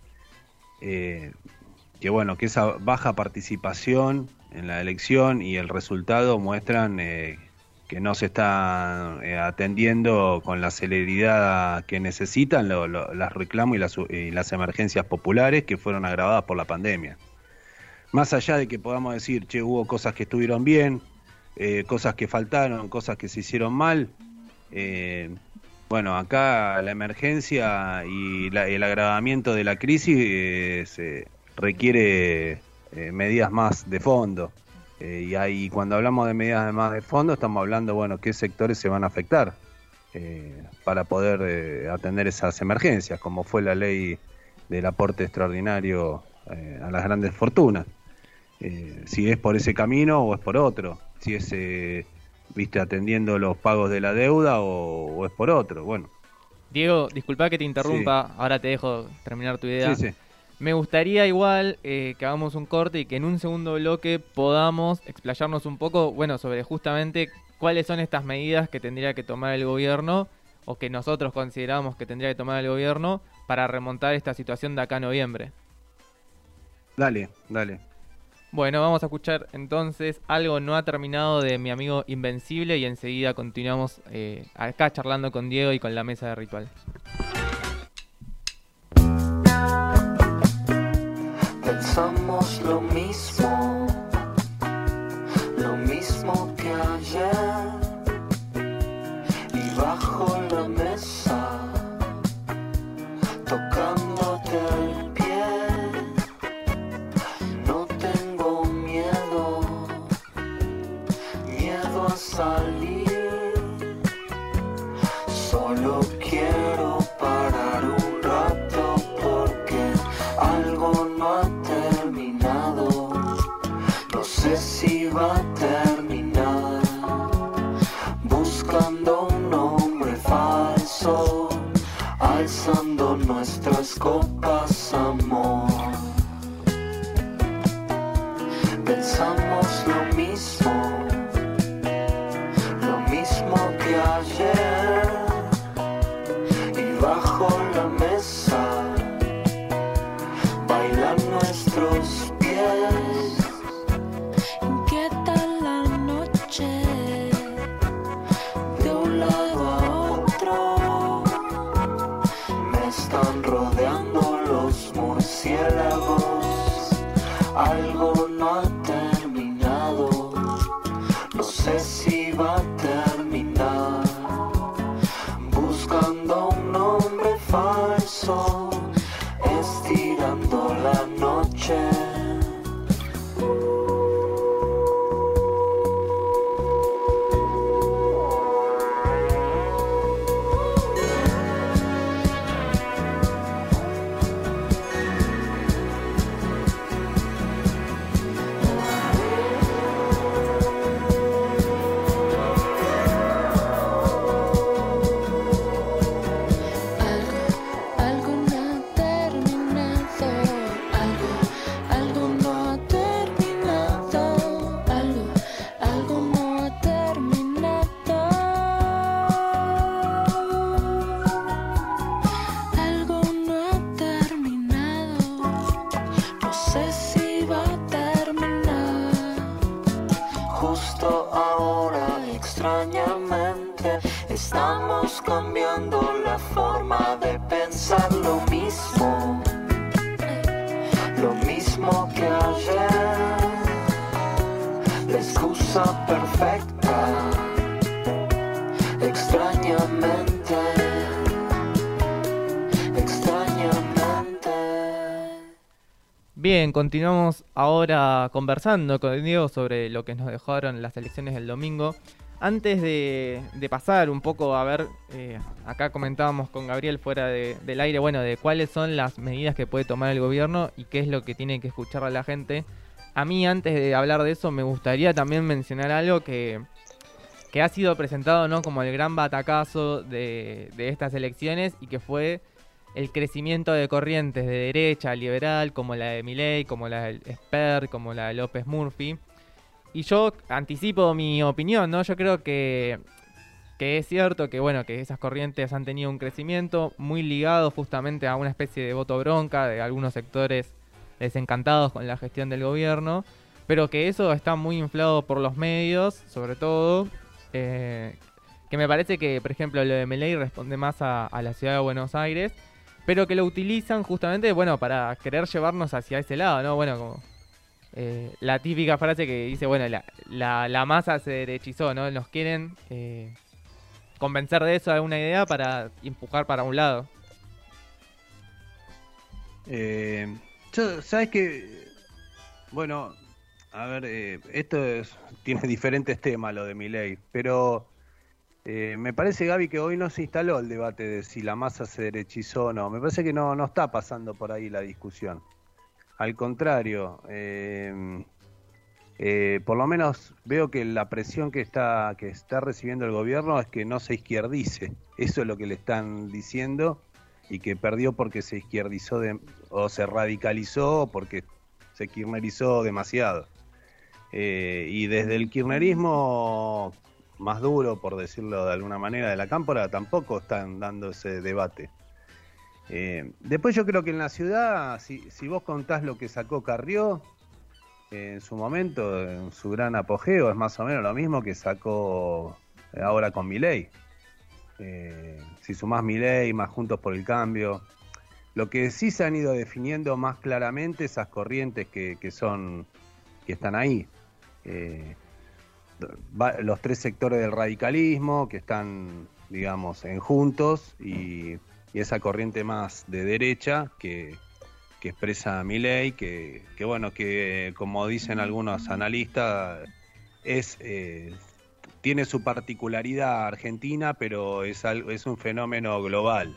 bueno, que esa baja participación en la elección y el resultado muestran que no se está atendiendo con la celeridad que necesitan las reclamos y las emergencias populares que fueron agravadas por la pandemia. Más allá de que podamos decir, che, hubo cosas que estuvieron bien, cosas que faltaron, cosas que se hicieron mal, bueno, acá la emergencia y el agravamiento de la crisis requiere medidas más de fondo. Y ahí, cuando hablamos de medidas más de fondo, estamos hablando, bueno, qué sectores se van a afectar para poder atender esas emergencias, como fue la ley del aporte extraordinario a las grandes fortunas. Si es por ese camino o es por otro, si es viste, atendiendo los pagos de la deuda o es por otro. Bueno. Diego, disculpa que te interrumpa, ahora te dejo terminar tu idea. Sí. Me gustaría igual que hagamos un corte y que en un segundo bloque podamos explayarnos un poco, bueno, sobre justamente cuáles son estas medidas que tendría que tomar el gobierno o que nosotros consideramos que tendría que tomar el gobierno para remontar esta situación de acá a noviembre. Dale. Bueno, vamos a escuchar entonces Algo no ha terminado de mi amigo Invencible y enseguida continuamos acá charlando con Diego y con la mesa de ritual. Pensamos lo mismo que ayer, y bajo la mesa, tocándote el pie, no tengo miedo a salir, solo quiero parar un rato porque algo no ha terminado, no sé si va a terminar, buscando un nombre falso, alzando nuestras copas, amor. Pensamos lo mismo que ayer, y bajo la mesa bailan nuestros pies. ¿Qué tal la noche? De un lado a otro me están rodeando los murciélagos. Algo no ha terminado, no sé si va a terminar, buscando un nombre falso, estirando la noche. Algo no ha terminado, algo no ha terminado, algo no ha terminado, algo no ha terminado, no sé si va a terminar. Justo ahora, extrañamente, estamos cambiando la forma de pensar lo mismo que ayer, la excusa perfecta, extrañamente. Bien, continuamos ahora conversando con Diego sobre lo que nos dejaron las elecciones del domingo. Antes de pasar un poco a ver, acá comentábamos con Gabriel fuera del aire, bueno, de cuáles son las medidas que puede tomar el gobierno y qué es lo que tiene que escuchar a la gente. A mí, antes de hablar de eso, me gustaría también mencionar algo que ha sido presentado, ¿no?, como el gran batacazo de estas elecciones, y que fue el crecimiento de corrientes de derecha liberal, como la de Milei, como la del Esper, como la de López Murphy. Y yo anticipo mi opinión, ¿no? Yo creo que es cierto que, bueno, que esas corrientes han tenido un crecimiento muy ligado justamente a una especie de voto bronca de algunos sectores desencantados con la gestión del gobierno, pero que eso está muy inflado por los medios, sobre todo, que me parece que, por ejemplo, lo de Milei responde más a la ciudad de Buenos Aires, pero que lo utilizan justamente, bueno, para querer llevarnos hacia ese lado, ¿no? Bueno, como la típica frase que dice, bueno, la masa se derechizó, ¿no? Nos quieren convencer de eso, de una idea, para empujar para un lado. ¿Sabes qué? Bueno, a ver, tiene diferentes temas lo de Milei, pero me parece, Gaby, que hoy no se instaló el debate de si la masa se derechizó o no. Me parece que no está pasando por ahí la discusión. Al contrario, por lo menos veo que la presión que está recibiendo el gobierno es que no se izquierdice. Eso es lo que le están diciendo, y que perdió porque se izquierdizó o se radicalizó, o porque se kirchnerizó demasiado. Y desde el kirchnerismo más duro, por decirlo de alguna manera, de la cámpora, tampoco están dando ese debate. Después yo creo que en la ciudad, si vos contás lo que sacó Carrió en su momento, en su gran apogeo, es más o menos lo mismo que sacó ahora con Milei. Si sumás Milei más Juntos por el Cambio, lo que sí se han ido definiendo más claramente esas corrientes que están ahí. Los tres sectores del radicalismo que están, digamos, en Juntos, y esa corriente más de derecha que expresa Milei, que bueno, que como dicen algunos analistas, tiene su particularidad argentina, pero es un fenómeno global,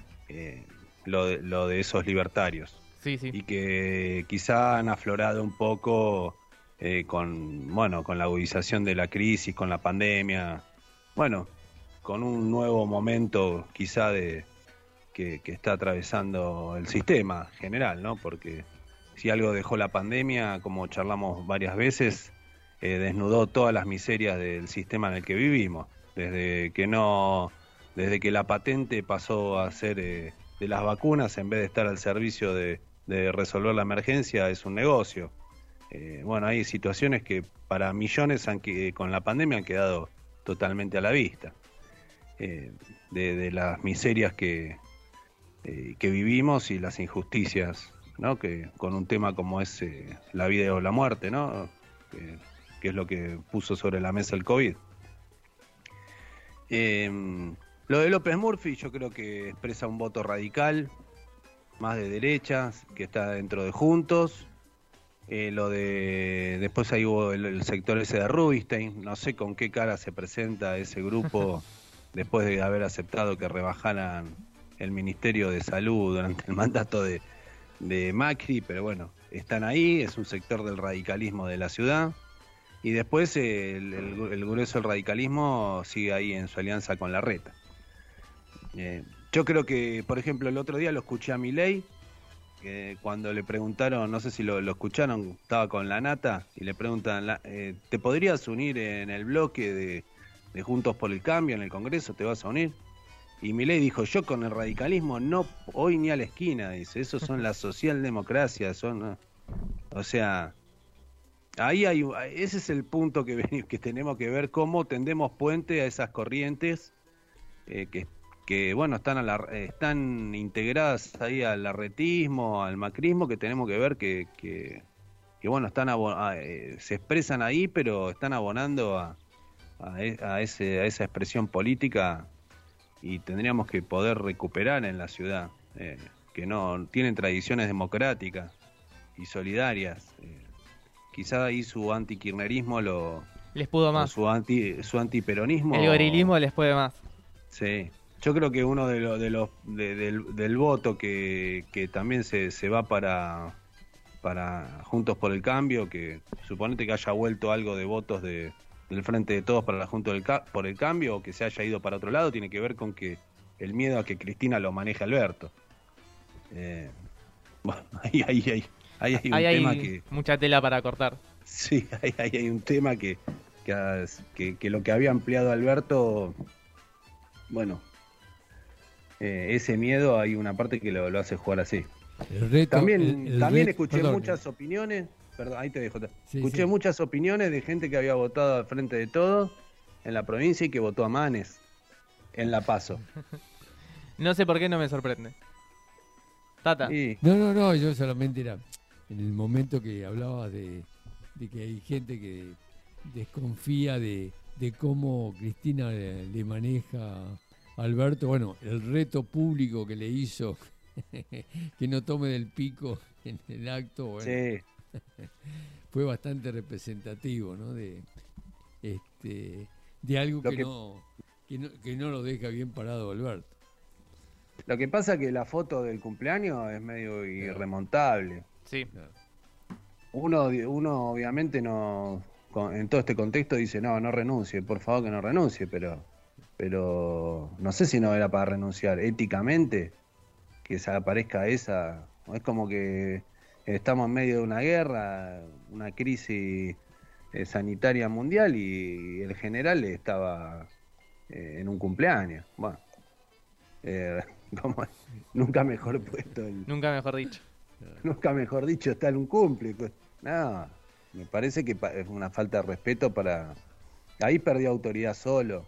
lo de esos libertarios. Sí. Y que quizá han aflorado un poco con la agudización de la crisis, con la pandemia, con un nuevo momento quizá que está atravesando el sistema general, ¿no? Porque si algo dejó la pandemia, como charlamos varias veces, desnudó todas las miserias del sistema en el que vivimos, desde que la patente pasó a ser de las vacunas, en vez de estar al servicio de resolver la emergencia, es un negocio. Hay situaciones que para millones con la pandemia han quedado totalmente a la vista, de las miserias que vivimos y las injusticias, ¿no? Que con un tema como es la vida o la muerte, ¿no? Que es lo que puso sobre la mesa el COVID. Lo de López Murphy yo creo que expresa un voto radical, más de derechas, que está dentro de Juntos. Después ahí hubo el sector ese de Rubinstein, no sé con qué cara se presenta ese grupo después de haber aceptado que rebajaran el Ministerio de Salud durante el mandato de Macri, pero bueno, están ahí, es un sector del radicalismo de la ciudad. Y después el grueso del radicalismo sigue ahí en su alianza con Larreta. Yo creo que, por ejemplo, el otro día lo escuché a Milei, cuando le preguntaron, no sé si lo escucharon, estaba con la Nata, y le preguntan, ¿te podrías unir en el bloque de Juntos por el Cambio en el Congreso? ¿Te vas a unir? Y Milei dijo, yo con el radicalismo no voy ni a la esquina, dice, esos son la socialdemocracia, o sea, ese es el punto que tenemos que ver, cómo tendemos puente a esas corrientes que bueno, están integradas ahí al larretismo, al macrismo, que tenemos que ver que bueno, se expresan ahí, pero están abonando a esa expresión política, y tendríamos que poder recuperar en la ciudad, que no tienen tradiciones democráticas y solidarias. Quizá ahí su antikirchnerismo les pudo más. Su antiperonismo. El gorilismo les puede más. Sí. Yo creo que uno del voto que también se va para Juntos por el Cambio, que suponete que haya vuelto algo de votos del Frente de Todos para la Juntos por el Cambio, o que se haya ido para otro lado, tiene que ver con que el miedo a que Cristina lo maneje Alberto. Bueno, ahí hay un tema que... mucha tela para cortar. Sí, ahí hay un tema que lo que había ampliado Alberto, bueno, ese miedo hay una parte que lo hace jugar así. También escuché muchas opiniones, perdón, ahí te dejo. Escuché muchas opiniones de gente que había votado al Frente de Todos en la provincia y que votó a Manes en La Paso. No sé por qué, no me sorprende. Tata. No, yo solamente era en el momento que hablabas de que hay gente que desconfía de cómo Cristina le maneja a Alberto. Bueno, el reto público que le hizo que no tome del pico en el acto, bueno, sí. Fue bastante representativo, ¿no? De algo que no lo deja bien parado Alberto. Lo que pasa es que la foto del cumpleaños es medio irremontable. Sí. uno obviamente no, en todo este contexto dice, no renuncie, por favor que no renuncie, pero no sé si no era para renunciar. Éticamente, que se aparezca esa, es como que estamos en medio de una guerra, una crisis sanitaria mundial y el general estaba en un cumpleaños. Bueno, nunca mejor puesto. Nunca mejor dicho. Nunca mejor dicho, está en un cumple. No, me parece que es una falta de respeto para... Ahí perdió autoridad solo.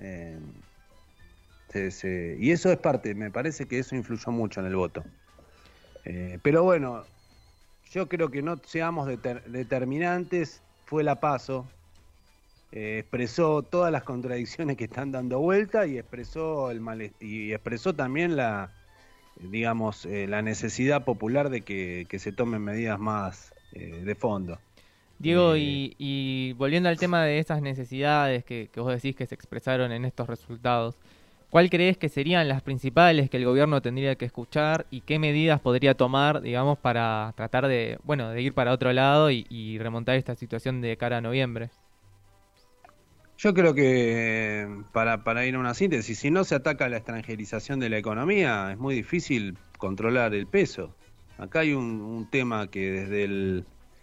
Y eso es parte, me parece que eso influyó mucho en el voto. Pero bueno, yo creo que no seamos determinantes. Fue la PASO, expresó todas las contradicciones que están dando vuelta y expresó expresó también la necesidad popular de que se tomen medidas más de fondo. Diego, y volviendo al tema de esas necesidades que vos decís que se expresaron en estos resultados, ¿cuál crees que serían las principales que el gobierno tendría que escuchar y qué medidas podría tomar, digamos, para tratar de ir para otro lado y remontar esta situación de cara a noviembre? Yo creo que para ir a una síntesis, si no se ataca la extranjerización de la economía, es muy difícil controlar el peso. Acá hay un tema que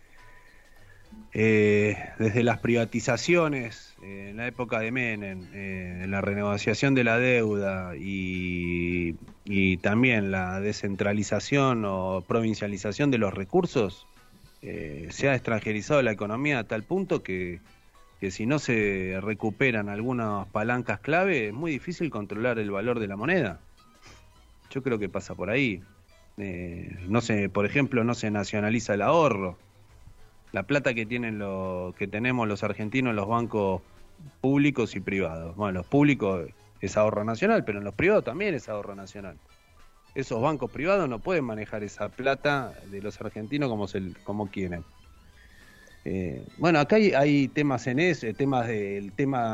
desde las privatizaciones en la época de Menem, la renegociación de la deuda y también la descentralización o provincialización de los recursos, se ha extranjerizado la economía a tal punto que si no se recuperan algunas palancas clave, es muy difícil controlar el valor de la moneda. Yo creo que pasa por ahí. Por ejemplo, no se nacionaliza el ahorro. La plata que tenemos los argentinos en los bancos públicos y privados. Bueno, los públicos es ahorro nacional, pero en los privados también es ahorro nacional. Esos bancos privados no pueden manejar esa plata de los argentinos como quieren. Bueno, acá hay temas en eso, de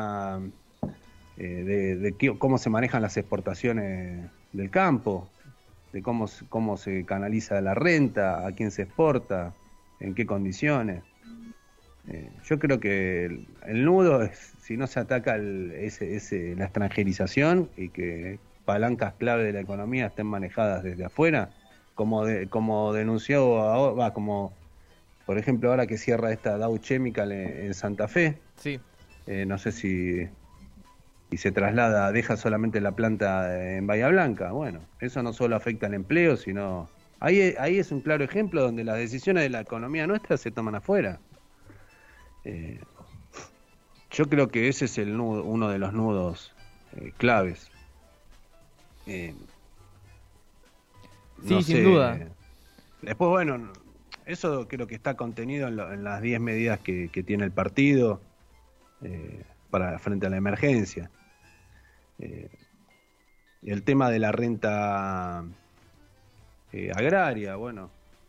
cómo se manejan las exportaciones del campo, de cómo se canaliza la renta, a quién se exporta, en qué condiciones. Yo creo que el nudo es, si no se ataca la extranjerización y que palancas clave de la economía estén manejadas desde afuera, como denunció ahora, como por ejemplo ahora que cierra esta Dow Chemical en Santa Fe. Sí. No sé si se traslada, deja solamente la planta en Bahía Blanca. Bueno, eso no solo afecta al empleo, sino... Ahí es un claro ejemplo donde las decisiones de la economía nuestra se toman afuera. Yo creo que ese es uno de los nudos claves. Sí, sin duda. Después, bueno, eso creo que está contenido en las 10 medidas que tiene el partido frente a la emergencia. El tema de la renta agraria, bueno,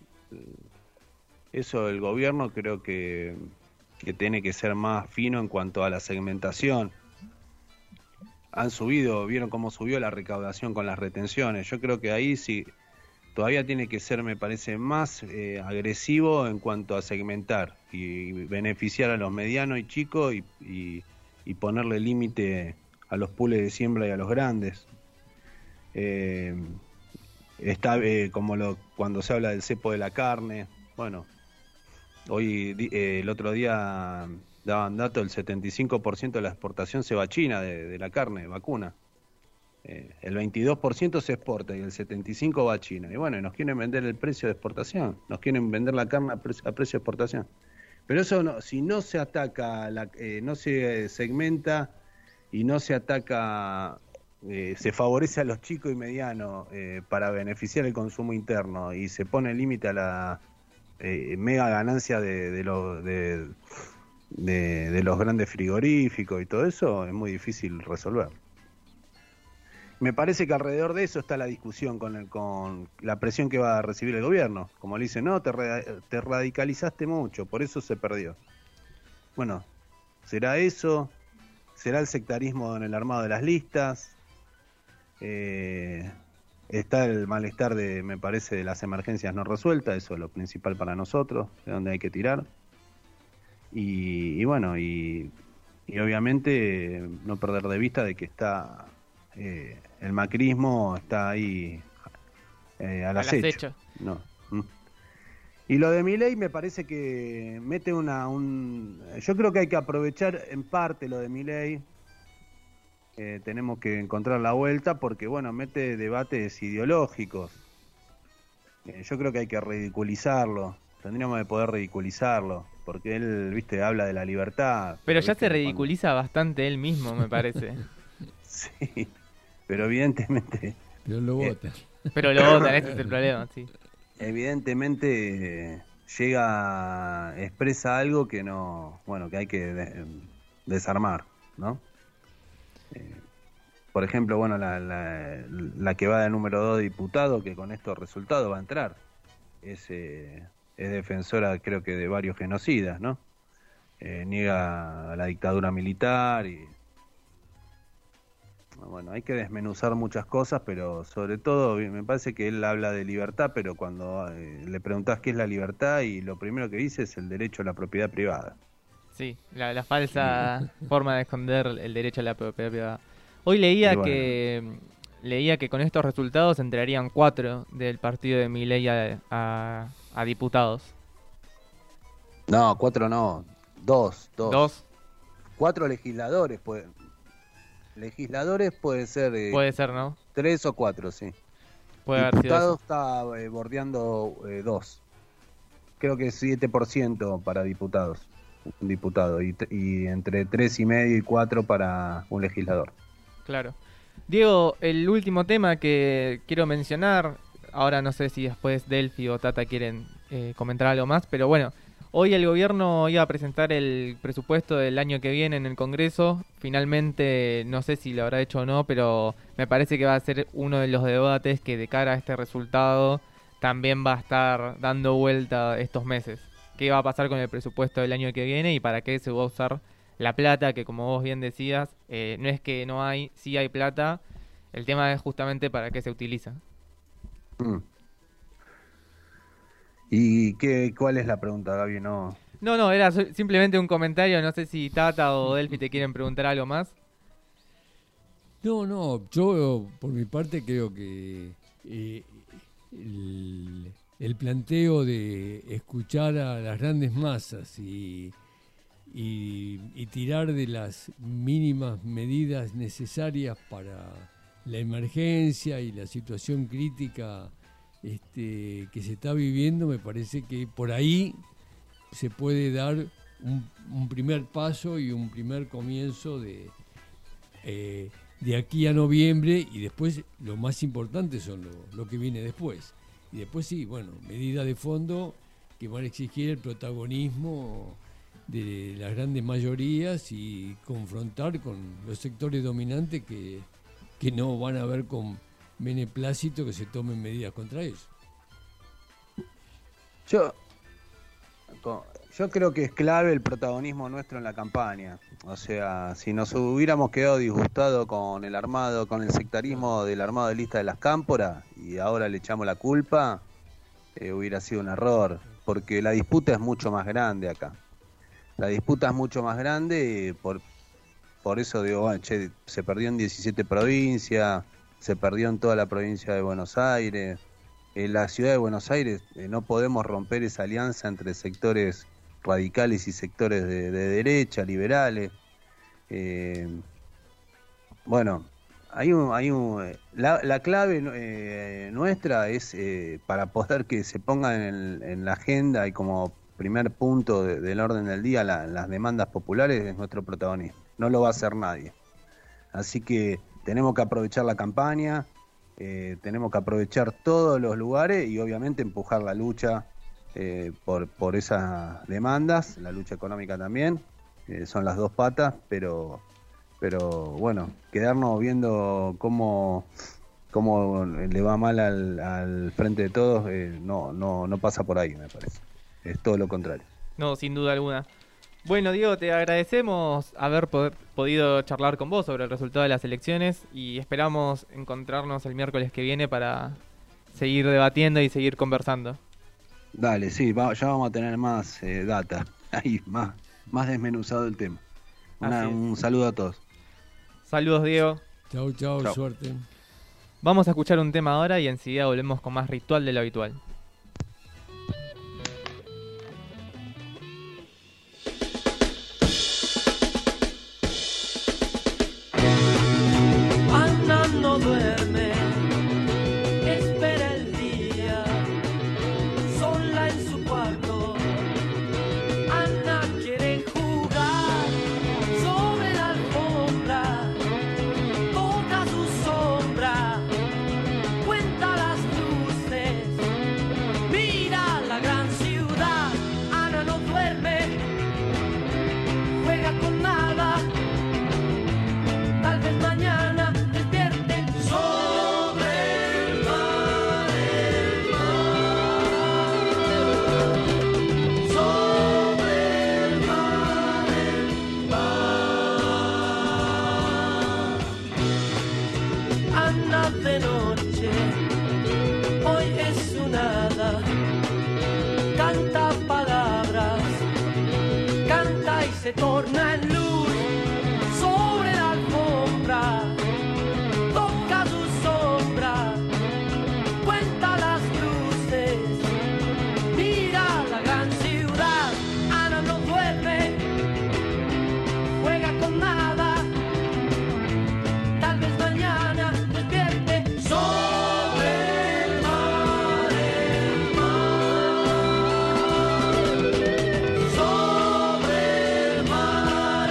eso el gobierno creo que tiene que ser más fino en cuanto a la segmentación. Vieron cómo subió la recaudación con las retenciones. Yo creo que ahí sí todavía tiene que ser, me parece, más agresivo en cuanto a segmentar y beneficiar a los medianos y chicos y ponerle límite a los pools de siembra y a los grandes. Está cuando se habla del cepo de la carne. Bueno, hoy el otro día daban datos, el 75% de la exportación se va a China de la carne vacuna. El 22% se exporta y el 75% va a China. Y bueno, nos quieren vender el precio de exportación, nos quieren vender la carne a precio de exportación. Pero eso no, si no se ataca, no se segmenta y no se ataca, se favorece a los chicos y medianos para beneficiar el consumo interno y se pone límite a la mega ganancia de los grandes frigoríficos y todo eso, es muy difícil resolver. Me parece que alrededor de eso está la discusión con la presión que va a recibir el gobierno. Como le dicen, no, te radicalizaste mucho, por eso se perdió. Bueno, ¿será eso? ¿Será el sectarismo en el armado de las listas? El está el malestar me parece, de las emergencias no resueltas, eso es lo principal para nosotros, de donde hay que tirar. Y bueno, y obviamente no perder de vista de que está el macrismo está ahí al acecho. No. Y lo de Milei me parece que mete yo creo que hay que aprovechar en parte lo de Milei. Tenemos que encontrar la vuelta porque, bueno, mete debates ideológicos. Yo creo que hay que ridiculizarlo. Tendríamos que poder ridiculizarlo. Porque él, viste, habla de la libertad. Pero ya se ridiculiza bastante él mismo, me parece. Sí, pero evidentemente... Pero lo votan. Pero lo votan, ese es el problema, sí. Evidentemente expresa algo que no... Bueno, que hay que desarmar, ¿no? Por ejemplo, bueno, la que va de número 2 de diputado, que con estos resultados va a entrar, es defensora, creo que, de varios genocidas, ¿no? Niega la dictadura militar y... Bueno, hay que desmenuzar muchas cosas, pero sobre todo me parece que él habla de libertad, pero cuando le preguntás qué es la libertad, y lo primero que dice es el derecho a la propiedad privada. Sí, la falsa forma de esconder el derecho a la propiedad privada. Hoy leía que con estos resultados entrarían 4 del partido de Milei a diputados. No, 4 no, 2. 2. 4 legisladores puede ser. Puede ser, ¿no? 3 o 4, sí. Puede haber sido Diputados eso. está bordeando 2. Creo que 7% para diputados. Un diputado. Y entre 3,5 y 4 para un legislador. Claro. Diego, el último tema que quiero mencionar, ahora no sé si después Delphi o Tata quieren comentar algo más, pero bueno, hoy el gobierno iba a presentar el presupuesto del año que viene en el Congreso. Finalmente, no sé si lo habrá hecho o no, pero me parece que va a ser uno de los debates que de cara a este resultado también va a estar dando vuelta estos meses. ¿Qué va a pasar con el presupuesto del año que viene y para qué se va a usar la plata? Que como vos bien decías, no es que no hay, sí hay plata. El tema es justamente para qué se utiliza. ¿Y cuál es la pregunta, Gaby? No, era simplemente un comentario. No sé si Tata o Delphi te quieren preguntar algo más. No, yo por mi parte creo que el planteo de escuchar a las grandes masas y tirar de las mínimas medidas necesarias para la emergencia y la situación crítica que se está viviendo, me parece que por ahí se puede dar un primer paso y un primer comienzo de aquí a noviembre, y después lo más importante son lo que viene después. Y después sí, bueno, medidas de fondo que van a exigir el protagonismo de las grandes mayorías y confrontar con los sectores dominantes que no van a ver con beneplácito que se tomen medidas contra ellos. Yo creo que es clave el protagonismo nuestro en la campaña. O sea, si nos hubiéramos quedado disgustados con el armado, con el sectarismo del armado de lista de las cámporas, y ahora le echamos la culpa, hubiera sido un error, porque la disputa es mucho más grande acá. La disputa es mucho más grande, por eso digo, bueno, se perdió en 17 provincias, se perdió en toda la provincia de Buenos Aires. En la ciudad de Buenos Aires no podemos romper esa alianza entre sectores radicales y sectores de derecha, liberales. Bueno, la clave nuestra es para poder que se pongan en la agenda y como primer punto del orden del día las demandas populares, es nuestro protagonismo. No lo va a hacer nadie. Así que tenemos que aprovechar la campaña, tenemos que aprovechar todos los lugares y obviamente empujar la lucha por esas demandas, la lucha económica también, son las dos patas, pero bueno, quedarnos viendo cómo le va mal al Frente de Todos, no pasa por ahí, me parece. Es todo lo contrario. No, sin duda alguna. Bueno, Diego, te agradecemos haber podido charlar con vos sobre el resultado de las elecciones y esperamos encontrarnos el miércoles que viene para seguir debatiendo y seguir conversando. Dale, sí, ya vamos a tener más data, ahí, más desmenuzado el tema. Un saludo a todos. Saludos, Diego. Chau, Chau. suerte. Vamos a escuchar un tema ahora y enseguida volvemos con más Ritual de lo Habitual. Ana no duerme, espera el día, sola en su cuarto. Ana quiere jugar sobre la alfombra, toca su sombra, cuenta las luces, mira la gran ciudad. Ana no duerme, juega con nada, tal vez mañana despierte sobre el mar, sobre el mar, Anda de noche, hoy es un hada, canta palabras, canta y se torna en luz sobre la alfombra, toca su sombra, cuenta las luces, mira la gran ciudad. Ana no duerme, juega con nada, tal vez mañana despierte sobre el mar, sobre el mar.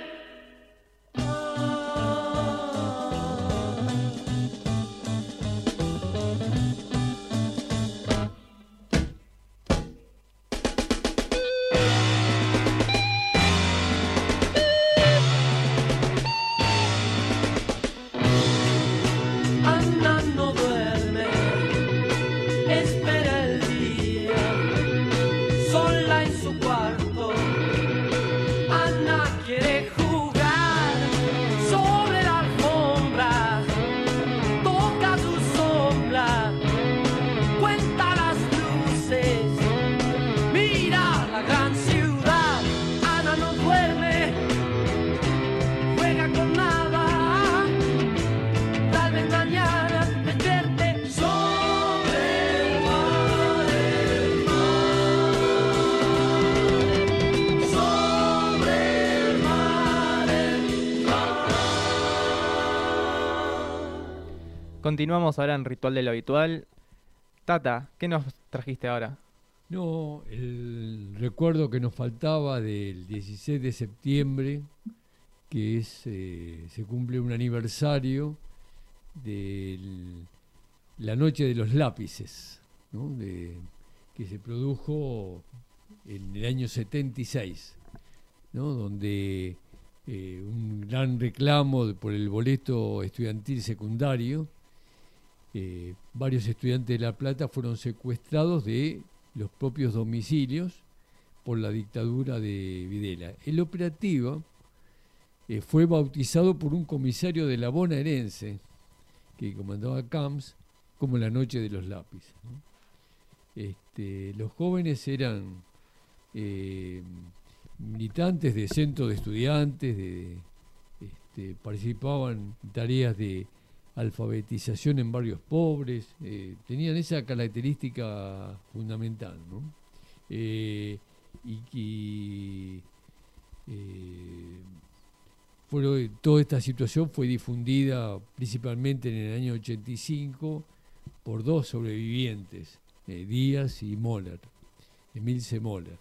Ana no duerme, espera el día, sola en su cuarto. Ana quiere jugar sobre la alfombra, toca su sombra, cuenta las luces, mira la gran ciudad. Ana no duerme, juega con nada, tal vez mañana despierte sobre el mar, sobre el mar, Continuamos ahora en Ritual de lo Habitual. Tata, ¿qué nos trajiste ahora? No, el recuerdo que nos faltaba del 16 de septiembre, que es se cumple un aniversario de la Noche de los Lápices, ¿no? Que se produjo en el año 76, ¿no? Donde un gran reclamo por el boleto estudiantil secundario, varios estudiantes de La Plata fueron secuestrados de los propios domicilios por la dictadura de Videla. El operativo fue bautizado por un comisario de la bonaerense que comandaba Camps como la Noche de los Lápices, ¿no? Los jóvenes eran militantes de centros de estudiantes, participaban en tareas de alfabetización en barrios pobres, tenían esa característica fundamental, ¿no? Toda esta situación fue difundida principalmente en el año 85 por dos sobrevivientes, Díaz y Moller, Emilce Moller.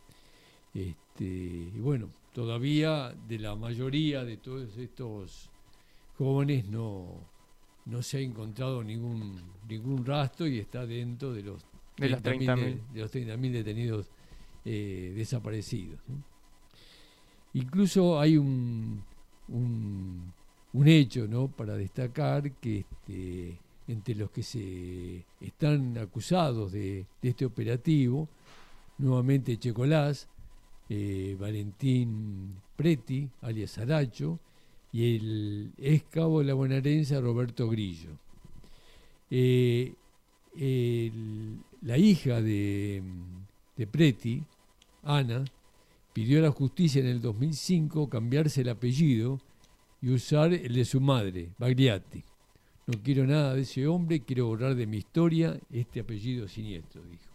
Y bueno, todavía de la mayoría de todos estos jóvenes no se ha encontrado ningún rastro y está dentro de los 30.000 detenidos desaparecidos, ¿no? Incluso hay un hecho, ¿no?, para destacar, que entre los que se están acusados de este operativo, nuevamente Checolás, Valentín Preti, alias Aracho, y el ex cabo de la bonaerense Roberto Grillo. La hija de Preti, Ana, pidió a la justicia en el 2005 cambiarse el apellido y usar el de su madre, Bagliatti. No quiero nada de ese hombre, quiero borrar de mi historia este apellido siniestro, dijo.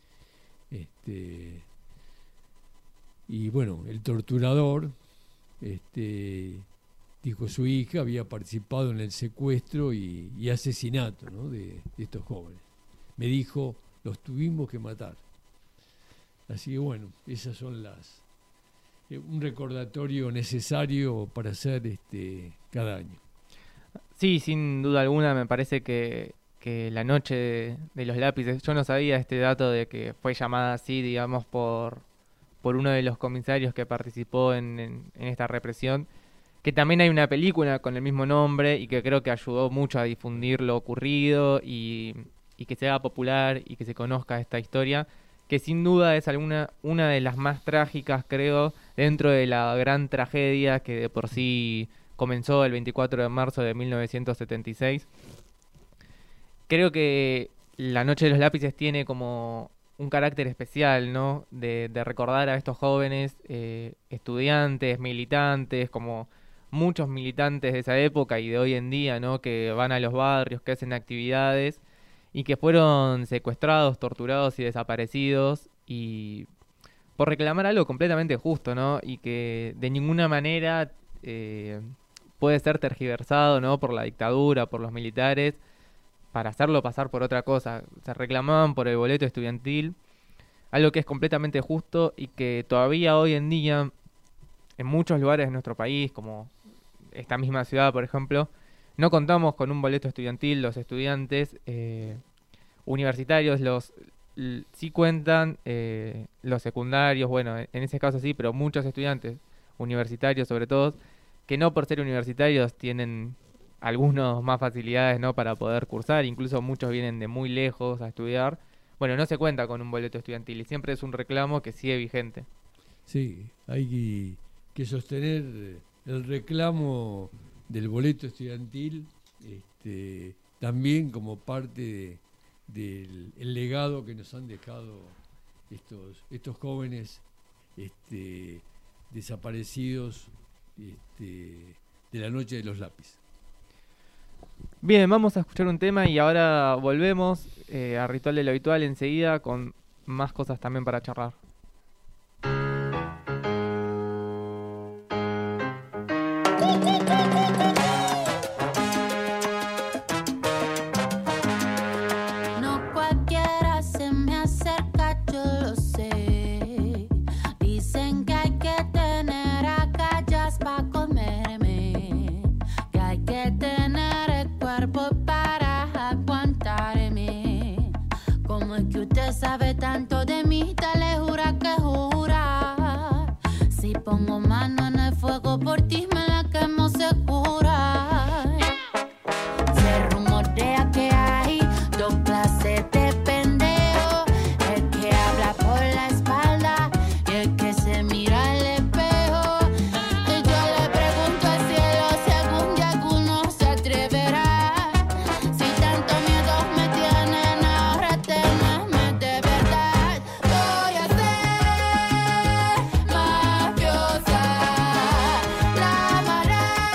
Y bueno, el torturador, dijo su hija, había participado en el secuestro y asesinato, ¿no?, de estos jóvenes. Me dijo, los tuvimos que matar. Así que bueno, esas son un recordatorio necesario para hacer cada año. Sí, sin duda alguna, me parece que la noche de los lápices, yo no sabía este dato de que fue llamada así, digamos, por uno de los comisarios que participó en esta represión, que también hay una película con el mismo nombre y que creo que ayudó mucho a difundir lo ocurrido y que se haga popular y que se conozca esta historia, que sin duda es una de las más trágicas, creo, dentro de la gran tragedia que de por sí comenzó el 24 de marzo de 1976. Creo que la Noche de los Lápices tiene como un carácter especial, ¿no?, de recordar a estos jóvenes estudiantes, militantes, como muchos militantes de esa época y de hoy en día, ¿no?, que van a los barrios, que hacen actividades y que fueron secuestrados, torturados y desaparecidos y por reclamar algo completamente justo, ¿no?, y que de ninguna manera puede ser tergiversado, ¿no?, por la dictadura, por los militares, para hacerlo pasar por otra cosa. Se reclamaban por el boleto estudiantil, algo que es completamente justo y que todavía hoy en día en muchos lugares de nuestro país, como esta misma ciudad, por ejemplo, no contamos con un boleto estudiantil. Los estudiantes universitarios sí cuentan, los secundarios, bueno, en ese caso sí, pero muchos estudiantes universitarios sobre todo, que no por ser universitarios tienen algunos más facilidades, ¿no?, para poder cursar, incluso muchos vienen de muy lejos a estudiar. Bueno, no se cuenta con un boleto estudiantil y siempre es un reclamo que sigue vigente. Sí, hay que sostener el reclamo del boleto estudiantil, también como parte del legado que nos han dejado estos jóvenes desaparecidos de la Noche de los Lápices. Bien, vamos a escuchar un tema y ahora volvemos a Ritual de lo Habitual enseguida con más cosas también para charlar. No cualquiera se me acerca, yo lo sé. Dicen que hay que tener agallas para comerme, que hay que tener el cuerpo para aguantarme. ¿Cómo es que usted sabe tanto de mí? Dale, jura que jura. Si pongo mano en el fuego por ti, me la quemo segura. Se rumorea que hay dos clases de pendejo: el que habla por la espalda y el que se mira al espejo. Y yo le pregunto al cielo si algún día alguno se atreverá. Si tanto miedo me tienen, ahora ténganme de verdad. Voy a ser mafiosa, la marea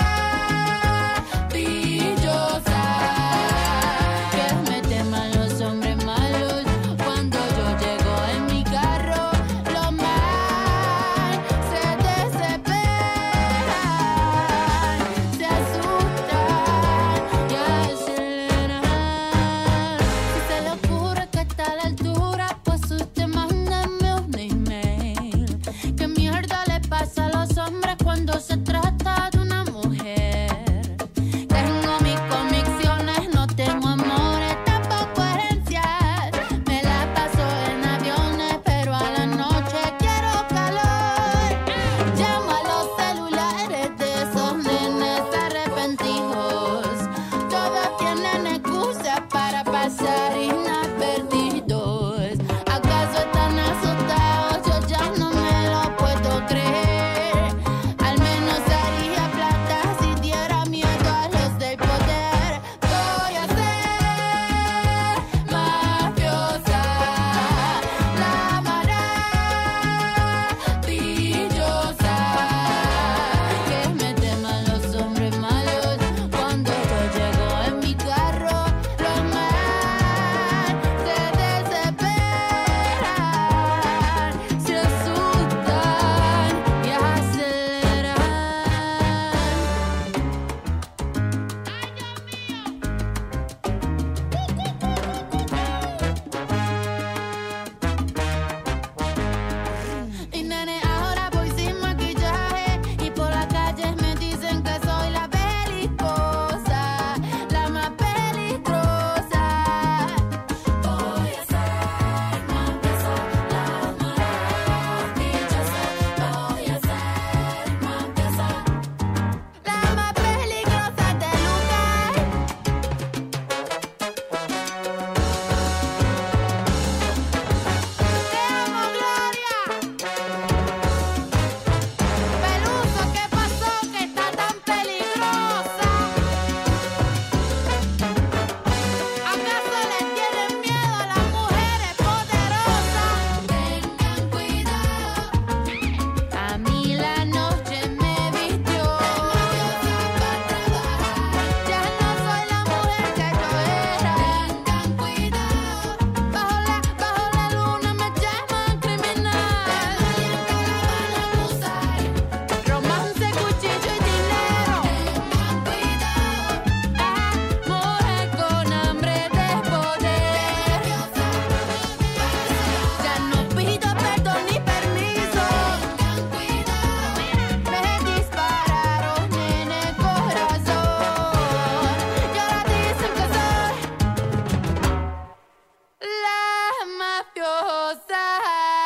mafiosa.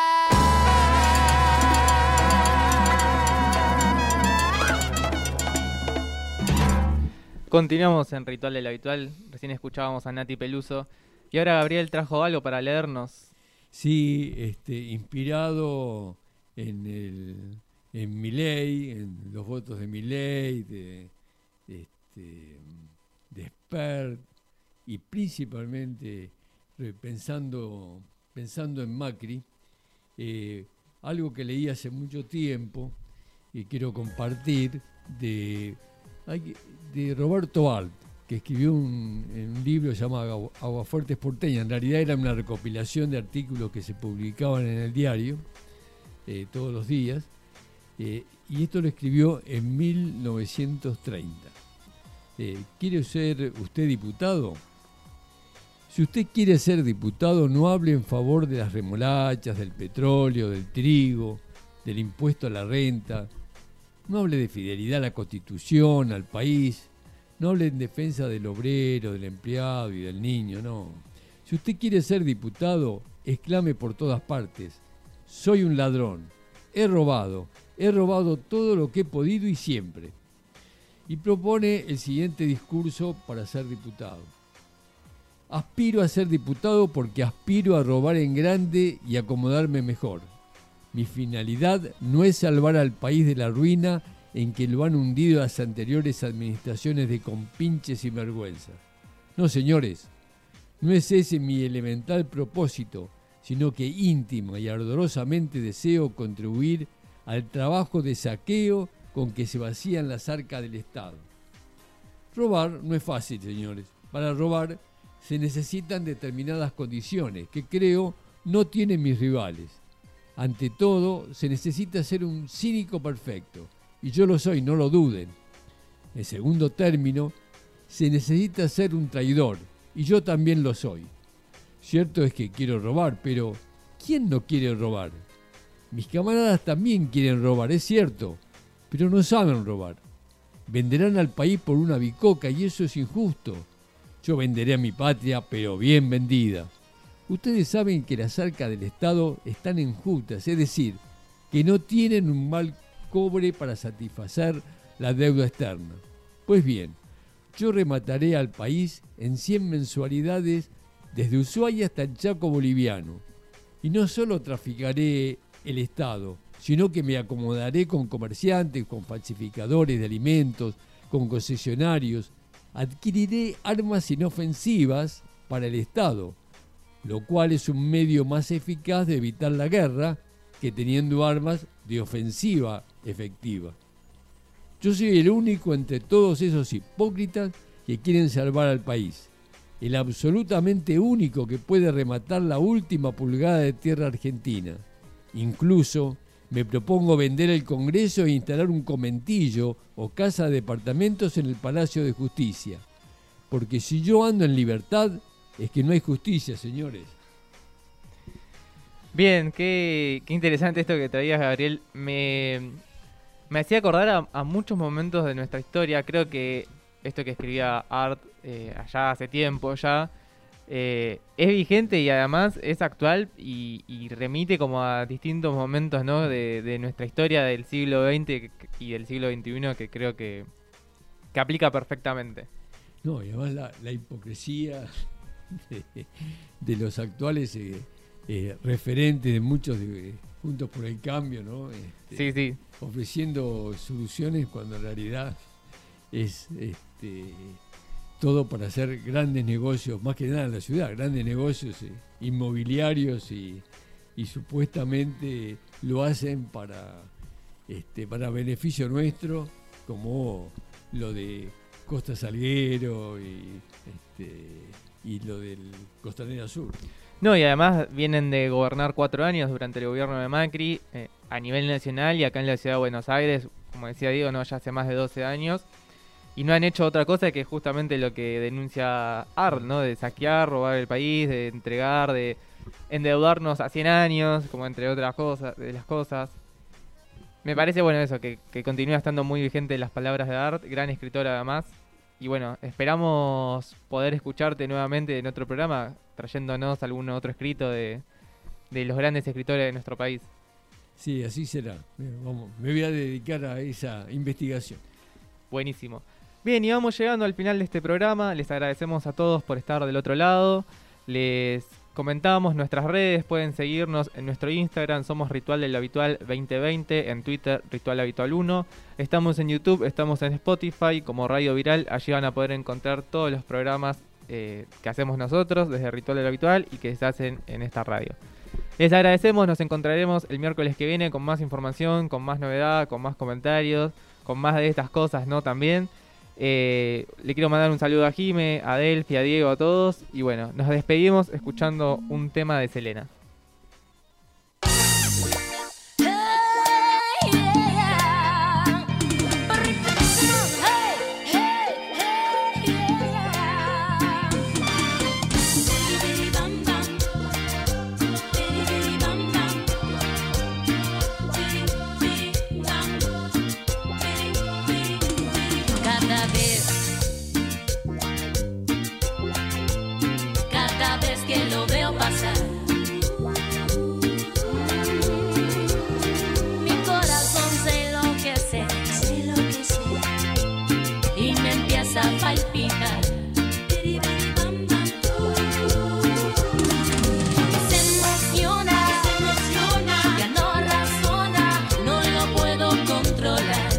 Continuamos en Ritual del Habitual. Recién escuchábamos a Nati Peluso. Y ahora Gabriel trajo algo para leernos. Sí, inspirado en Milei, en los votos de Milei, de Spert, y principalmente pensando en Macri, algo que leí hace mucho tiempo y quiero compartir de Roberto Alt, que escribió un libro llamado Aguafuertes Porteña. En realidad era una recopilación de artículos que se publicaban en el diario todos los días, y esto lo escribió en 1930. ¿Quiere ser usted diputado? Si usted quiere ser diputado, no hable en favor de las remolachas, del petróleo, del trigo, del impuesto a la renta. No hable de fidelidad a la Constitución, al país. No hable en defensa del obrero, del empleado y del niño, no. Si usted quiere ser diputado, exclame por todas partes: soy un ladrón, he robado todo lo que he podido y siempre. Y propone el siguiente discurso para ser diputado. Aspiro a ser diputado porque aspiro a robar en grande y acomodarme mejor. Mi finalidad no es salvar al país de la ruina en que lo han hundido las anteriores administraciones de compinches y vergüenza. No, señores, no es ese mi elemental propósito, sino que íntima y ardorosamente deseo contribuir al trabajo de saqueo con que se vacían las arcas del Estado. Robar no es fácil, señores. Para robar se necesitan determinadas condiciones que creo no tienen mis rivales. Ante todo, se necesita ser un cínico perfecto, y yo lo soy, no lo duden. En segundo término, se necesita ser un traidor, y yo también lo soy. Cierto es que quiero robar, pero ¿quién no quiere robar? Mis camaradas también quieren robar, es cierto, pero no saben robar. Venderán al país por una bicoca y eso es injusto. Yo venderé a mi patria, pero bien vendida. Ustedes saben que las arcas del Estado están enjutas, es decir, que no tienen un mal cobre para satisfacer la deuda externa. Pues bien, yo remataré al país en 100 mensualidades desde Ushuaia hasta el Chaco boliviano. Y no solo traficaré el Estado, sino que me acomodaré con comerciantes, con falsificadores de alimentos, con concesionarios. Adquiriré armas inofensivas para el Estado, lo cual es un medio más eficaz de evitar la guerra que teniendo armas de ofensiva efectiva. Yo soy el único entre todos esos hipócritas que quieren salvar al país, el absolutamente único que puede rematar la última pulgada de tierra argentina. Incluso me propongo vender el Congreso e instalar un conventillo o casa de departamentos en el Palacio de Justicia. Porque si yo ando en libertad, es que no hay justicia, señores. Bien, qué interesante esto que traías, Gabriel. Me hacía acordar a muchos momentos de nuestra historia. Creo que esto que escribía Art allá hace tiempo ya es vigente y además es actual y remite como a distintos momentos, ¿no? de nuestra historia del siglo XX y del siglo XXI que creo que aplica perfectamente. No, y además la hipocresía de los actuales referentes de muchos de Juntos por el Cambio, ¿no? Sí. Ofreciendo soluciones cuando en realidad es todo para hacer grandes negocios, más que nada en la ciudad, grandes negocios inmobiliarios y supuestamente lo hacen para beneficio nuestro, como lo de Costa Salguero y lo del Costanera Sur. No, y además vienen de gobernar 4 años durante el gobierno de Macri a nivel nacional y acá en la ciudad de Buenos Aires, como decía Diego, no, ya hace más de 12 años. Y no han hecho otra cosa que justamente lo que denuncia Art, ¿no? De saquear, robar el país, de entregar, de endeudarnos a 100 años, como entre otras cosas, de las cosas. Me parece bueno eso, que continúa estando muy vigente las palabras de Art, gran escritora además. Y bueno, esperamos poder escucharte nuevamente en otro programa, trayéndonos algún otro escrito de de los grandes escritores de nuestro país. Sí, así será. Vamos, me voy a dedicar a esa investigación. Buenísimo. Bien, y vamos llegando al final de este programa. Les agradecemos a todos por estar del otro lado. Les comentamos nuestras redes, pueden seguirnos en nuestro Instagram, somos Ritual del Habitual 2020, en Twitter Ritual Habitual 1. Estamos en YouTube, estamos en Spotify como Radio Viral, allí van a poder encontrar todos los programas que hacemos nosotros desde Ritual del Habitual y que se hacen en esta radio. Les agradecemos, nos encontraremos el miércoles que viene con más información, con más novedad, con más comentarios, con más de estas cosas, ¿no? También. Le quiero mandar un saludo a Jime, a Delphi, a Diego, a todos. Y bueno, nos despedimos escuchando un tema de Selena. Cada vez que lo veo pasar, mi corazón se enloquece y me empieza a palpitar. Se emociona, ya no razona, no lo puedo controlar.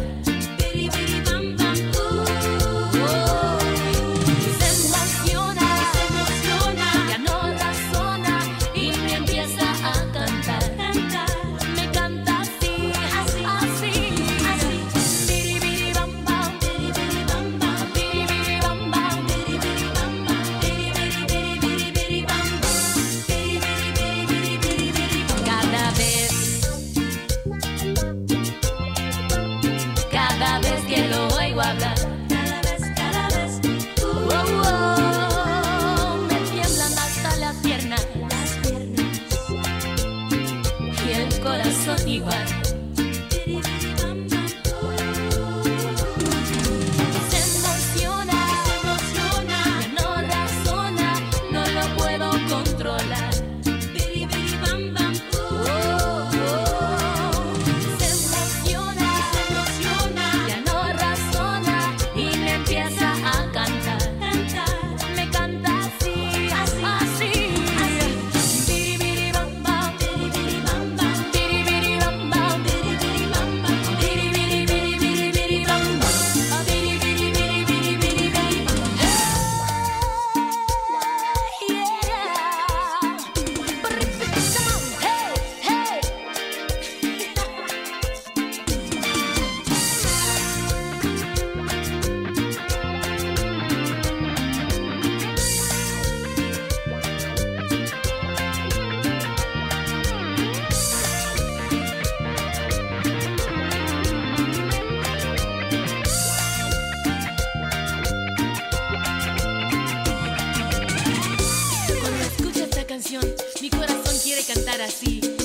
Cada vez que lo oigo hablar, cada vez, me tiemblan hasta las piernas y el corazón igual. Se emociona, ya no razona, no lo puedo controlar. Mi corazón quiere cantar así.